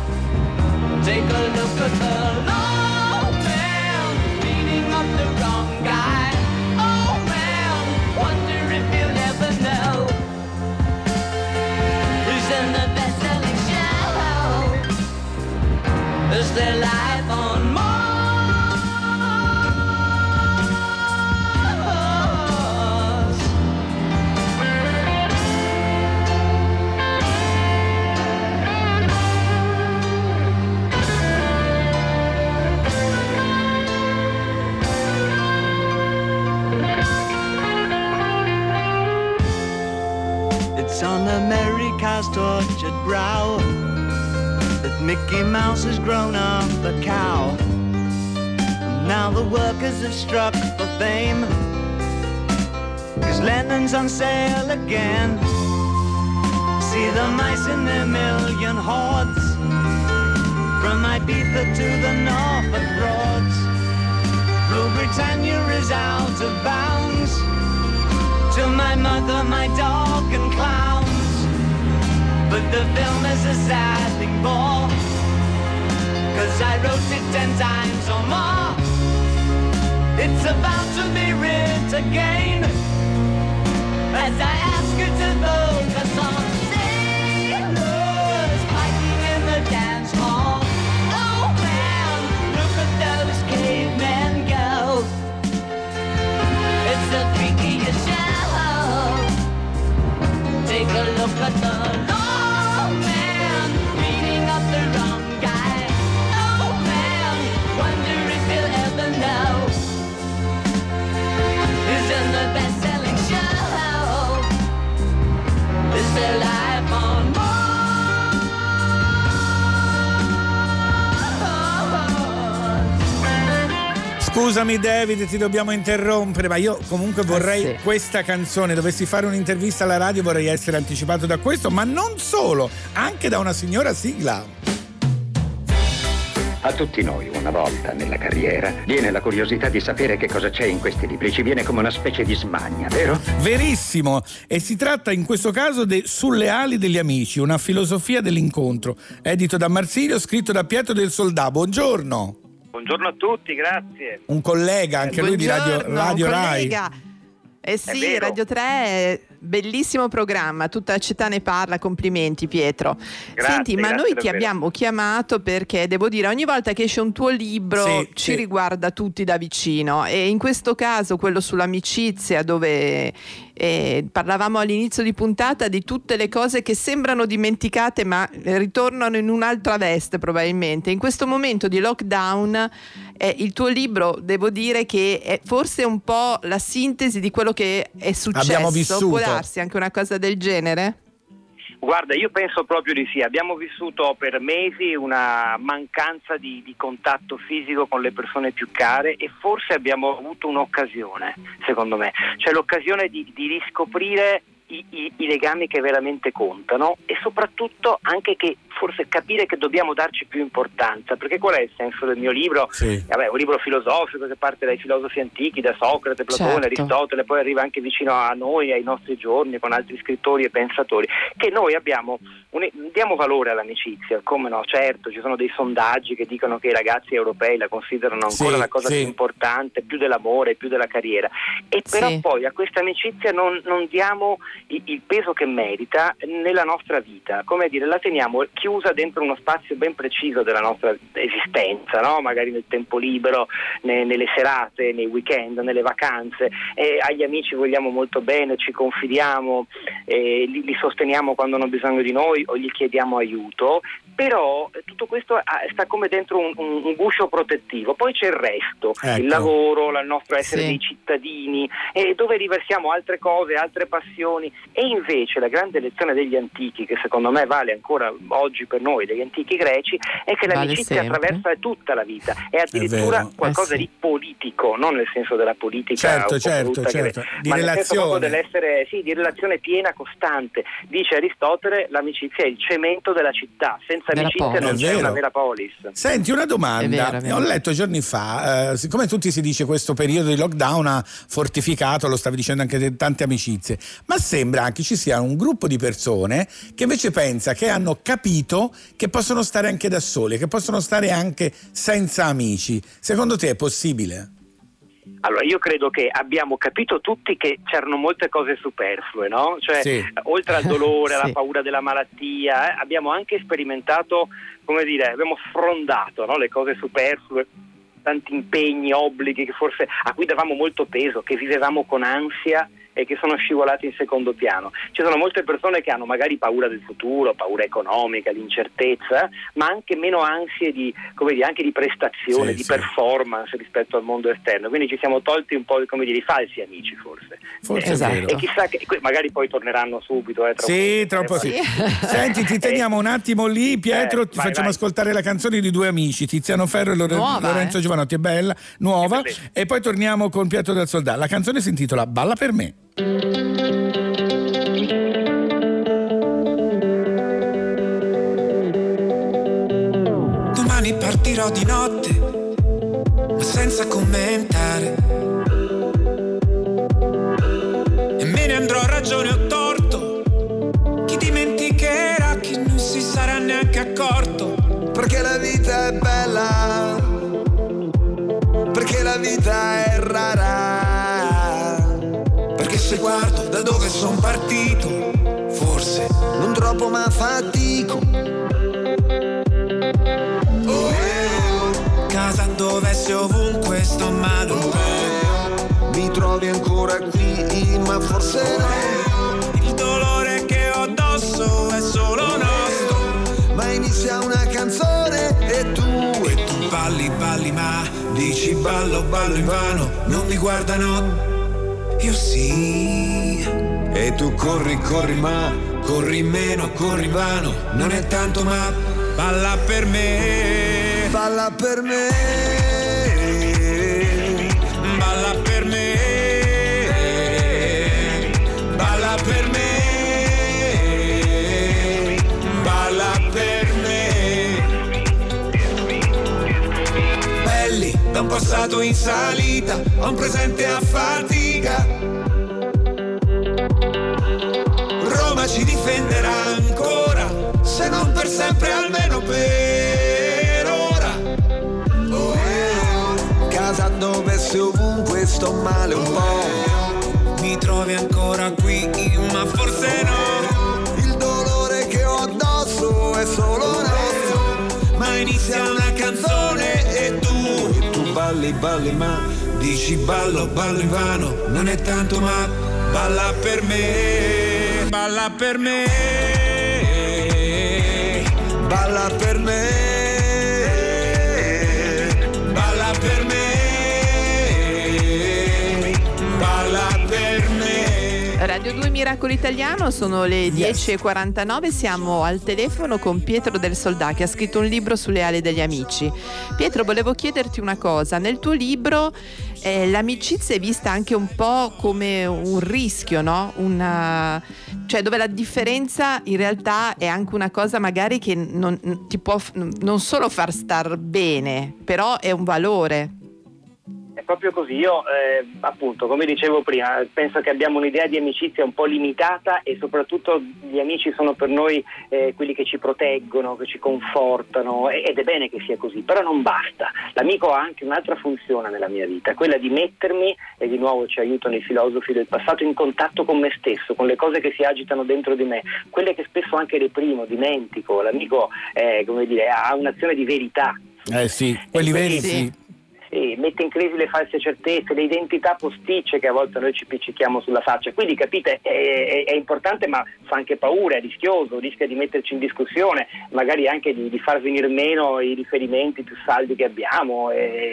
Take a look at the low man beating up the wrong guy. Oh man, wonder if you'll ever know who's in the best-selling show. Is there life on Mars? It's on America's tortured brow that Mickey Mouse has grown up a cow. And now the workers have struck for fame, 'cause Lennon's on sale again. See the mice in their million hordes, from Ibiza to the Norfolk Broads. Rule Britannia is out of bounds, to my mother, my dog and clowns. But the film is a sad thing for, 'cause I wrote it 10 times or more. It's about to be writ again as I ask her to vote for some sailors fighting in the dance hall. Oh man, look at those cavemen go. It's the freakiest show. Take a look at the long man beating up the wrong guy. Oh man, wonder if he'll ever know. Is in the best-selling show. Is their life on Mars? Scusami David, ti dobbiamo interrompere, ma io comunque vorrei questa canzone, dovessi fare un'intervista alla radio vorrei essere anticipato da questo, ma non solo, anche da una signora sigla. A tutti noi una volta nella carriera viene la curiosità di sapere che cosa c'è in questi libri, ci viene come una specie di smania, vero? Verissimo, e si tratta in questo caso di Sulle ali degli amici, una filosofia dell'incontro, edito da Marsilio, scritto da Pietro del Soldà. Buongiorno. Buongiorno a tutti, grazie. Un collega anche lui di Radio Rai. Sì, Radio 3, bellissimo programma, tutta la città ne parla, complimenti Pietro. Grazie, senti, ma noi ti abbiamo chiamato perché devo dire ogni volta che esce un tuo libro ci riguarda tutti da vicino, e in questo caso quello sull'amicizia, dove parlavamo all'inizio di puntata di tutte le cose che sembrano dimenticate ma ritornano in un'altra veste probabilmente. In questo momento di lockdown il tuo libro, devo dire che è forse un po' la sintesi di quello che è successo. Abbiamo vissuto. Può darsi anche una cosa del genere? Guarda, io penso proprio di sì. Abbiamo vissuto per mesi una mancanza di contatto fisico con le persone più care, e forse abbiamo avuto un'occasione, secondo me, cioè l'occasione di riscoprire i legami che veramente contano, e soprattutto anche che forse capire che dobbiamo darci più importanza, perché qual è il senso del mio libro? Vabbè, un libro filosofico che parte dai filosofi antichi, da Socrate, Platone, Aristotele, poi arriva anche vicino a noi, ai nostri giorni, con altri scrittori e pensatori, che noi diamo valore all'amicizia, come no? Certo, ci sono dei sondaggi che dicono che i ragazzi europei la considerano ancora la cosa più importante, più dell'amore, più della carriera, e però poi a questa amicizia non diamo il peso che merita nella nostra vita, come dire, la teniamo chiusa dentro uno spazio ben preciso della nostra esistenza, no? Magari nel tempo libero, nelle serate, nei weekend, nelle vacanze, agli amici vogliamo molto bene, ci confidiamo, li sosteniamo quando hanno bisogno di noi o gli chiediamo aiuto, però tutto questo sta come dentro un guscio protettivo. Poi c'è il resto, il lavoro, il nostro essere dei cittadini, dove riversiamo altre cose, altre passioni. E invece la grande lezione degli antichi, che secondo me vale ancora oggi per noi, degli antichi greci, è che l'amicizia attraversa tutta la vita, è addirittura qualcosa di politico, non nel senso della politica certo. Di ma relazione, nel senso proprio dell'essere di relazione piena, costante. Dice Aristotele, l'amicizia è il cemento della città, senza amicizia non c'è una vera polis. Senti, una domanda, ho letto giorni fa, siccome tutti si dice questo periodo di lockdown ha fortificato, lo stavi dicendo anche tante amicizie, ma sembra anche ci sia un gruppo di persone che invece pensa che hanno capito che possono stare anche da soli, che possono stare anche senza amici. Secondo te è possibile? Allora, io credo che abbiamo capito tutti che c'erano molte cose superflue, no? Cioè, oltre al dolore, alla paura della malattia, abbiamo anche sperimentato, come dire, abbiamo sfrondato, no? Le cose superflue, tanti impegni, obblighi che forse a cui davamo molto peso, che vivevamo con ansia e che sono scivolati in secondo piano. Ci sono molte persone che hanno magari paura del futuro, paura economica, di incertezza, ma anche meno ansie di, come dire, anche di prestazione, di performance rispetto al mondo esterno. Quindi ci siamo tolti un po', come dire, i falsi amici forse. E chissà che magari poi torneranno subito. Tra un po'. Senti, ti teniamo un attimo lì, Pietro, ti facciamo ascoltare la canzone di due amici, Tiziano Ferro e Lorenzo Giovanotti, è bella, nuova, e poi torniamo con Pietro del Soldà. La canzone si intitola Balla per me. Domani partirò di notte, ma senza commentare, e me ne andrò a ragione o torto. Chi dimenticherà, chi non si sarà neanche accorto. Perché la vita è bella, perché la vita è se guardo da dove son partito, forse non troppo ma fatico. Casa dove sei ovunque sto male, mi trovi ancora qui ma forse no. Il dolore che ho addosso è solo nostro, ma inizia una canzone e tu balli, balli ma dici ballo, ballo invano, non mi guardano, io sì. E tu corri, corri ma corri meno, corri vano, non è tanto ma balla per me, balla per me, balla per me, balla per me, balla per me. Belli da un passato in salita, a un presente a fatica. Roma ci difenderà ancora, se non per sempre almeno per ora. Casa dove sei ovunque sto male un po', mi trovi ancora qui ma forse no. Il dolore che ho addosso è solo nostro, ma inizia una canzone e tu balli, balli ma dici ballo, ballo invano, non è tanto ma balla per me, balla per me, balla per me, balla per me, balla per me. Radio 2 Miracolo Italiano, sono le 10:49, siamo al telefono con Pietro del Soldà, che ha scritto un libro sulle ali degli amici. Pietro, volevo chiederti una cosa, nel tuo libro l'amicizia è vista anche un po' come un rischio, no? Cioè dove la differenza in realtà è anche una cosa magari che non ti può non solo far star bene, però è un valore. È proprio così, io appunto, come dicevo prima, penso che abbiamo un'idea di amicizia un po' limitata e soprattutto gli amici sono per noi quelli che ci proteggono, che ci confortano, ed è bene che sia così, però non basta. L'amico ha anche un'altra funzione nella mia vita, quella di mettermi, e di nuovo ci aiutano i filosofi del passato, in contatto con me stesso, con le cose che si agitano dentro di me, quelle che spesso anche reprimo, dimentico. L'amico come dire, ha un'azione di verità. Sì, quelli veri sì. Mette in crisi le false certezze, le identità posticce che a volte noi ci piccichiamo sulla faccia. Quindi capite, è importante, ma fa anche paura, è rischioso, rischia di metterci in discussione, magari anche di far venire meno i riferimenti più saldi che abbiamo,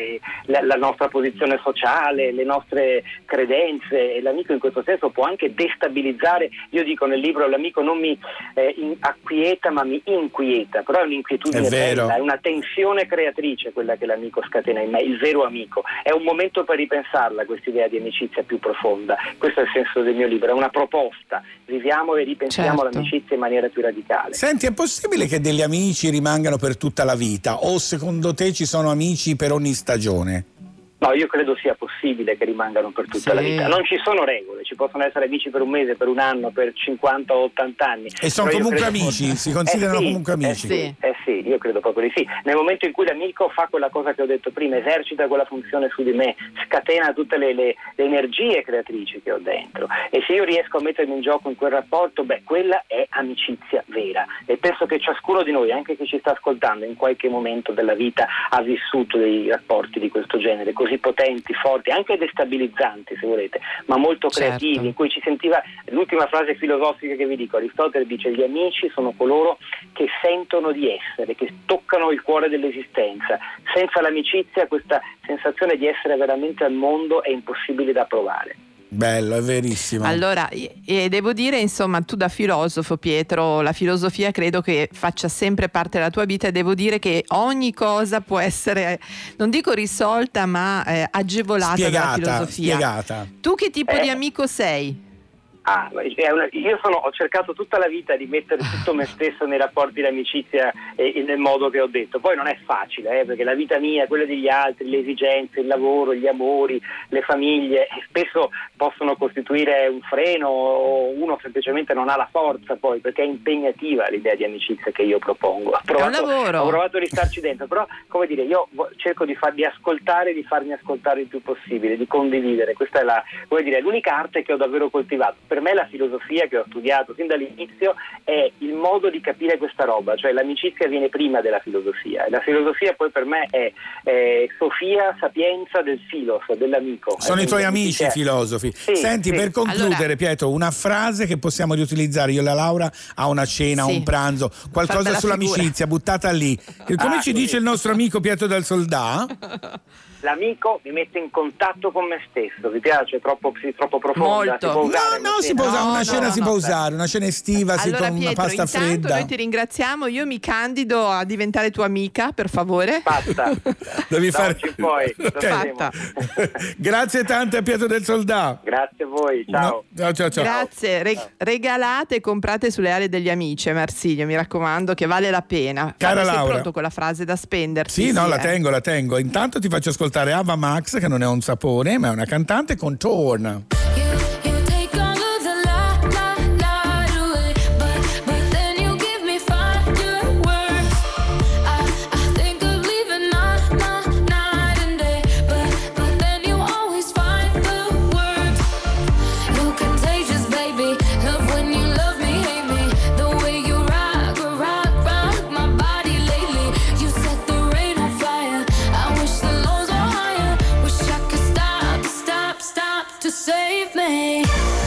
la nostra posizione sociale, le nostre credenze. E l'amico in questo senso può anche destabilizzare. Io dico nel libro, l'amico non mi acquieta ma mi inquieta, però è un'inquietudine bella, è una tensione creatrice quella che l'amico scatena in me, il vero amico. È un momento per ripensarla questa idea di amicizia più profonda. Questo è il senso del mio libro, è una proposta. Viviamo e ripensiamo l'amicizia in maniera più radicale. Senti, è possibile che degli amici rimangano per tutta la vita, o secondo te ci sono amici per ogni stagione? No, io credo sia possibile che rimangano per tutta la vita. Non ci sono regole, ci possono essere amici per un mese, per un anno, per 50 o 80 anni. E sono comunque amici? Si considerano comunque amici? Sì, io credo proprio di sì. Nel momento in cui l'amico fa quella cosa che ho detto prima, esercita quella funzione su di me, scatena tutte le energie creatrici che ho dentro, e se io riesco a mettermi in gioco in quel rapporto, quella è amicizia vera. E penso che ciascuno di noi, anche chi ci sta ascoltando, in qualche momento della vita ha vissuto dei rapporti di questo genere, così potenti, forti, anche destabilizzanti se volete, ma molto creativi, in cui ci sentiva. L'ultima frase filosofica che vi dico, Aristotele dice: gli amici sono coloro che sentono di essere, che toccano il cuore dell'esistenza. Senza l'amicizia questa sensazione di essere veramente al mondo è impossibile da provare. Bello, è verissimo. Allora, devo dire, insomma, tu da filosofo, Pietro, la filosofia credo che faccia sempre parte della tua vita, e devo dire che ogni cosa può essere, non dico risolta, ma agevolata dalla filosofia. Spiegata. Tu che tipo di amico sei? Io ho cercato tutta la vita di mettere tutto me stesso nei rapporti di amicizia e nel modo che ho detto. Poi non è facile, perché la vita mia, quella degli altri, le esigenze, il lavoro, gli amori, le famiglie spesso possono costituire un freno, o uno semplicemente non ha la forza poi, perché è impegnativa l'idea di amicizia che io propongo. Ho provato a ristarci dentro, però come dire, io cerco di ascoltare, di farmi ascoltare il più possibile, di condividere. Questa è l'unica arte che ho davvero coltivato. Per me la filosofia che ho studiato sin dall'inizio è il modo di capire questa roba, cioè l'amicizia viene prima della filosofia, e la filosofia poi per me è Sofia Sapienza del filos, dell'amico. Sono i tuoi amici filosofi. Senti, per concludere, Pietro, una frase che possiamo riutilizzare io e la Laura a una cena, a un pranzo, qualcosa sull'amicizia, buttata lì. Come ci dice il nostro amico Pietro del Soldà? L'amico mi mette in contatto con me stesso. Vi piace? Troppo profonda? Molto. Si può usare una cena, si può usare una cena estiva, allora, con Pietro, una pasta fredda. Noi ti ringraziamo, io mi candido a diventare tua amica, per favore. Basta. Devi fare poi. Fatta. Grazie tante a Pietro del Soldà. Grazie a voi, ciao. Ciao. Grazie. Regalate e comprate sulle ali degli amici a Marsilio, mi raccomando, che vale la pena. Cara Laura, sei pronto con la frase da spendersi? Sì, la tengo. Intanto ti faccio ascoltare Ava Max, che non è un sapone ma è una cantante, con Torn. Save me.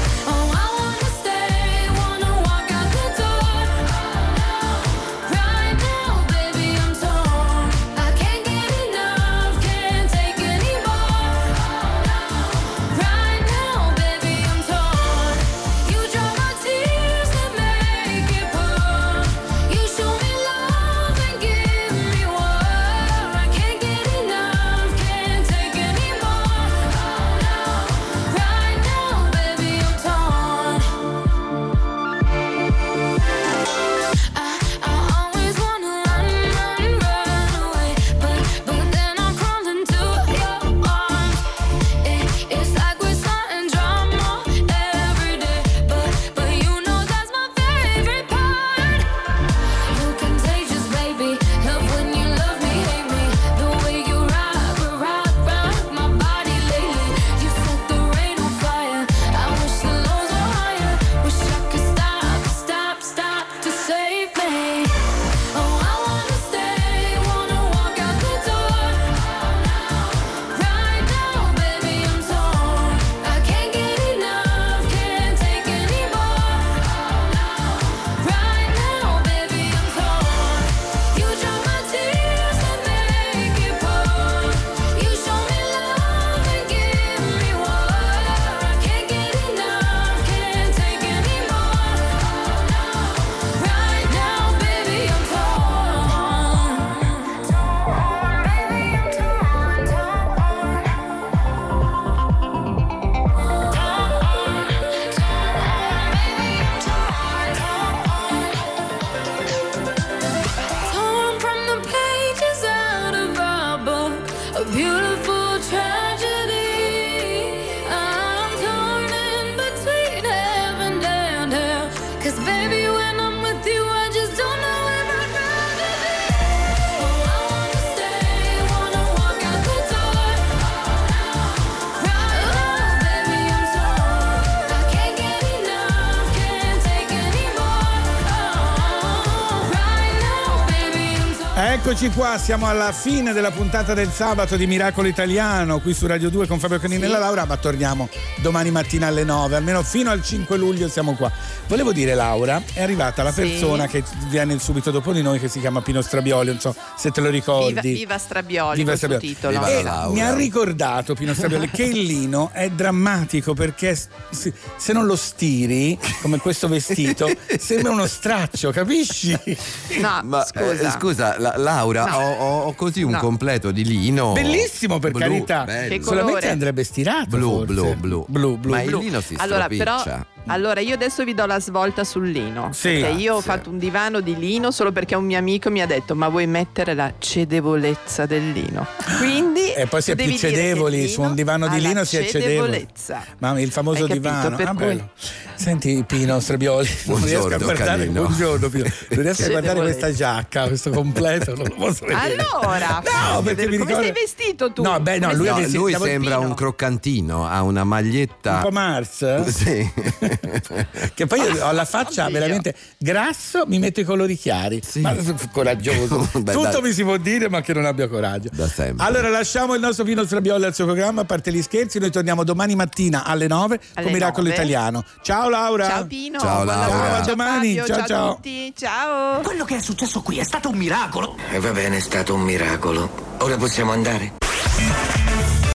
Eccoci qua, siamo alla fine della puntata del sabato di Miracolo Italiano qui su Radio 2 con Fabio Canini e la Laura, ma torniamo domani mattina alle 9, almeno fino al 5 luglio siamo qua. Volevo dire, Laura, è arrivata la persona che viene subito dopo di noi, che si chiama Pino Strabioli, non so se te lo ricordi. Viva Strabioli, questo titolo. Mi ha ricordato Pino Strabioli che il lino è drammatico, perché se non lo stiri, come questo vestito, sembra uno straccio, capisci? No, ma scusa, Laura, no. ho così un completo di lino bellissimo, per carità, che solamente andrebbe stirato, blu. Ma il lino si stropiccia. Allora, però Allora, io adesso vi do la svolta sul lino. Sì. Perché io ho fatto un divano di lino solo perché un mio amico mi ha detto: ma vuoi mettere la cedevolezza del lino? Quindi e poi si è più cedevoli su un divano di lino, si è cedevoli. Ma il famoso divano. Bello. Senti Pino Strebioli, non riesco a guardare. Buongiorno Pino. Non riesco a guardare questa giacca, questo completo, non lo posso vedere. Allora, no, perché mi ricordo... come sei vestito tu? No, beh, no, lui sembra un croccantino, ha una maglietta un po' Mars. Sì. Che poi io ho la faccia veramente grasso, mi metto i colori chiari. Sì. Ma coraggioso. Tutto mi si può dire, ma che non abbia coraggio. Da sempre. Allora lasciamo il nostro Pino Strebioli al suo programma, a parte gli scherzi, noi torniamo domani mattina alle 9 con Miracolo Italiano. Ciao Laura. Ciao Pino. Ciao Laura. Ciao, a domani. Fabio, ciao ciao a tutti. Ciao. Quello che è successo qui è stato un miracolo. E va bene, è stato un miracolo. Ora possiamo andare?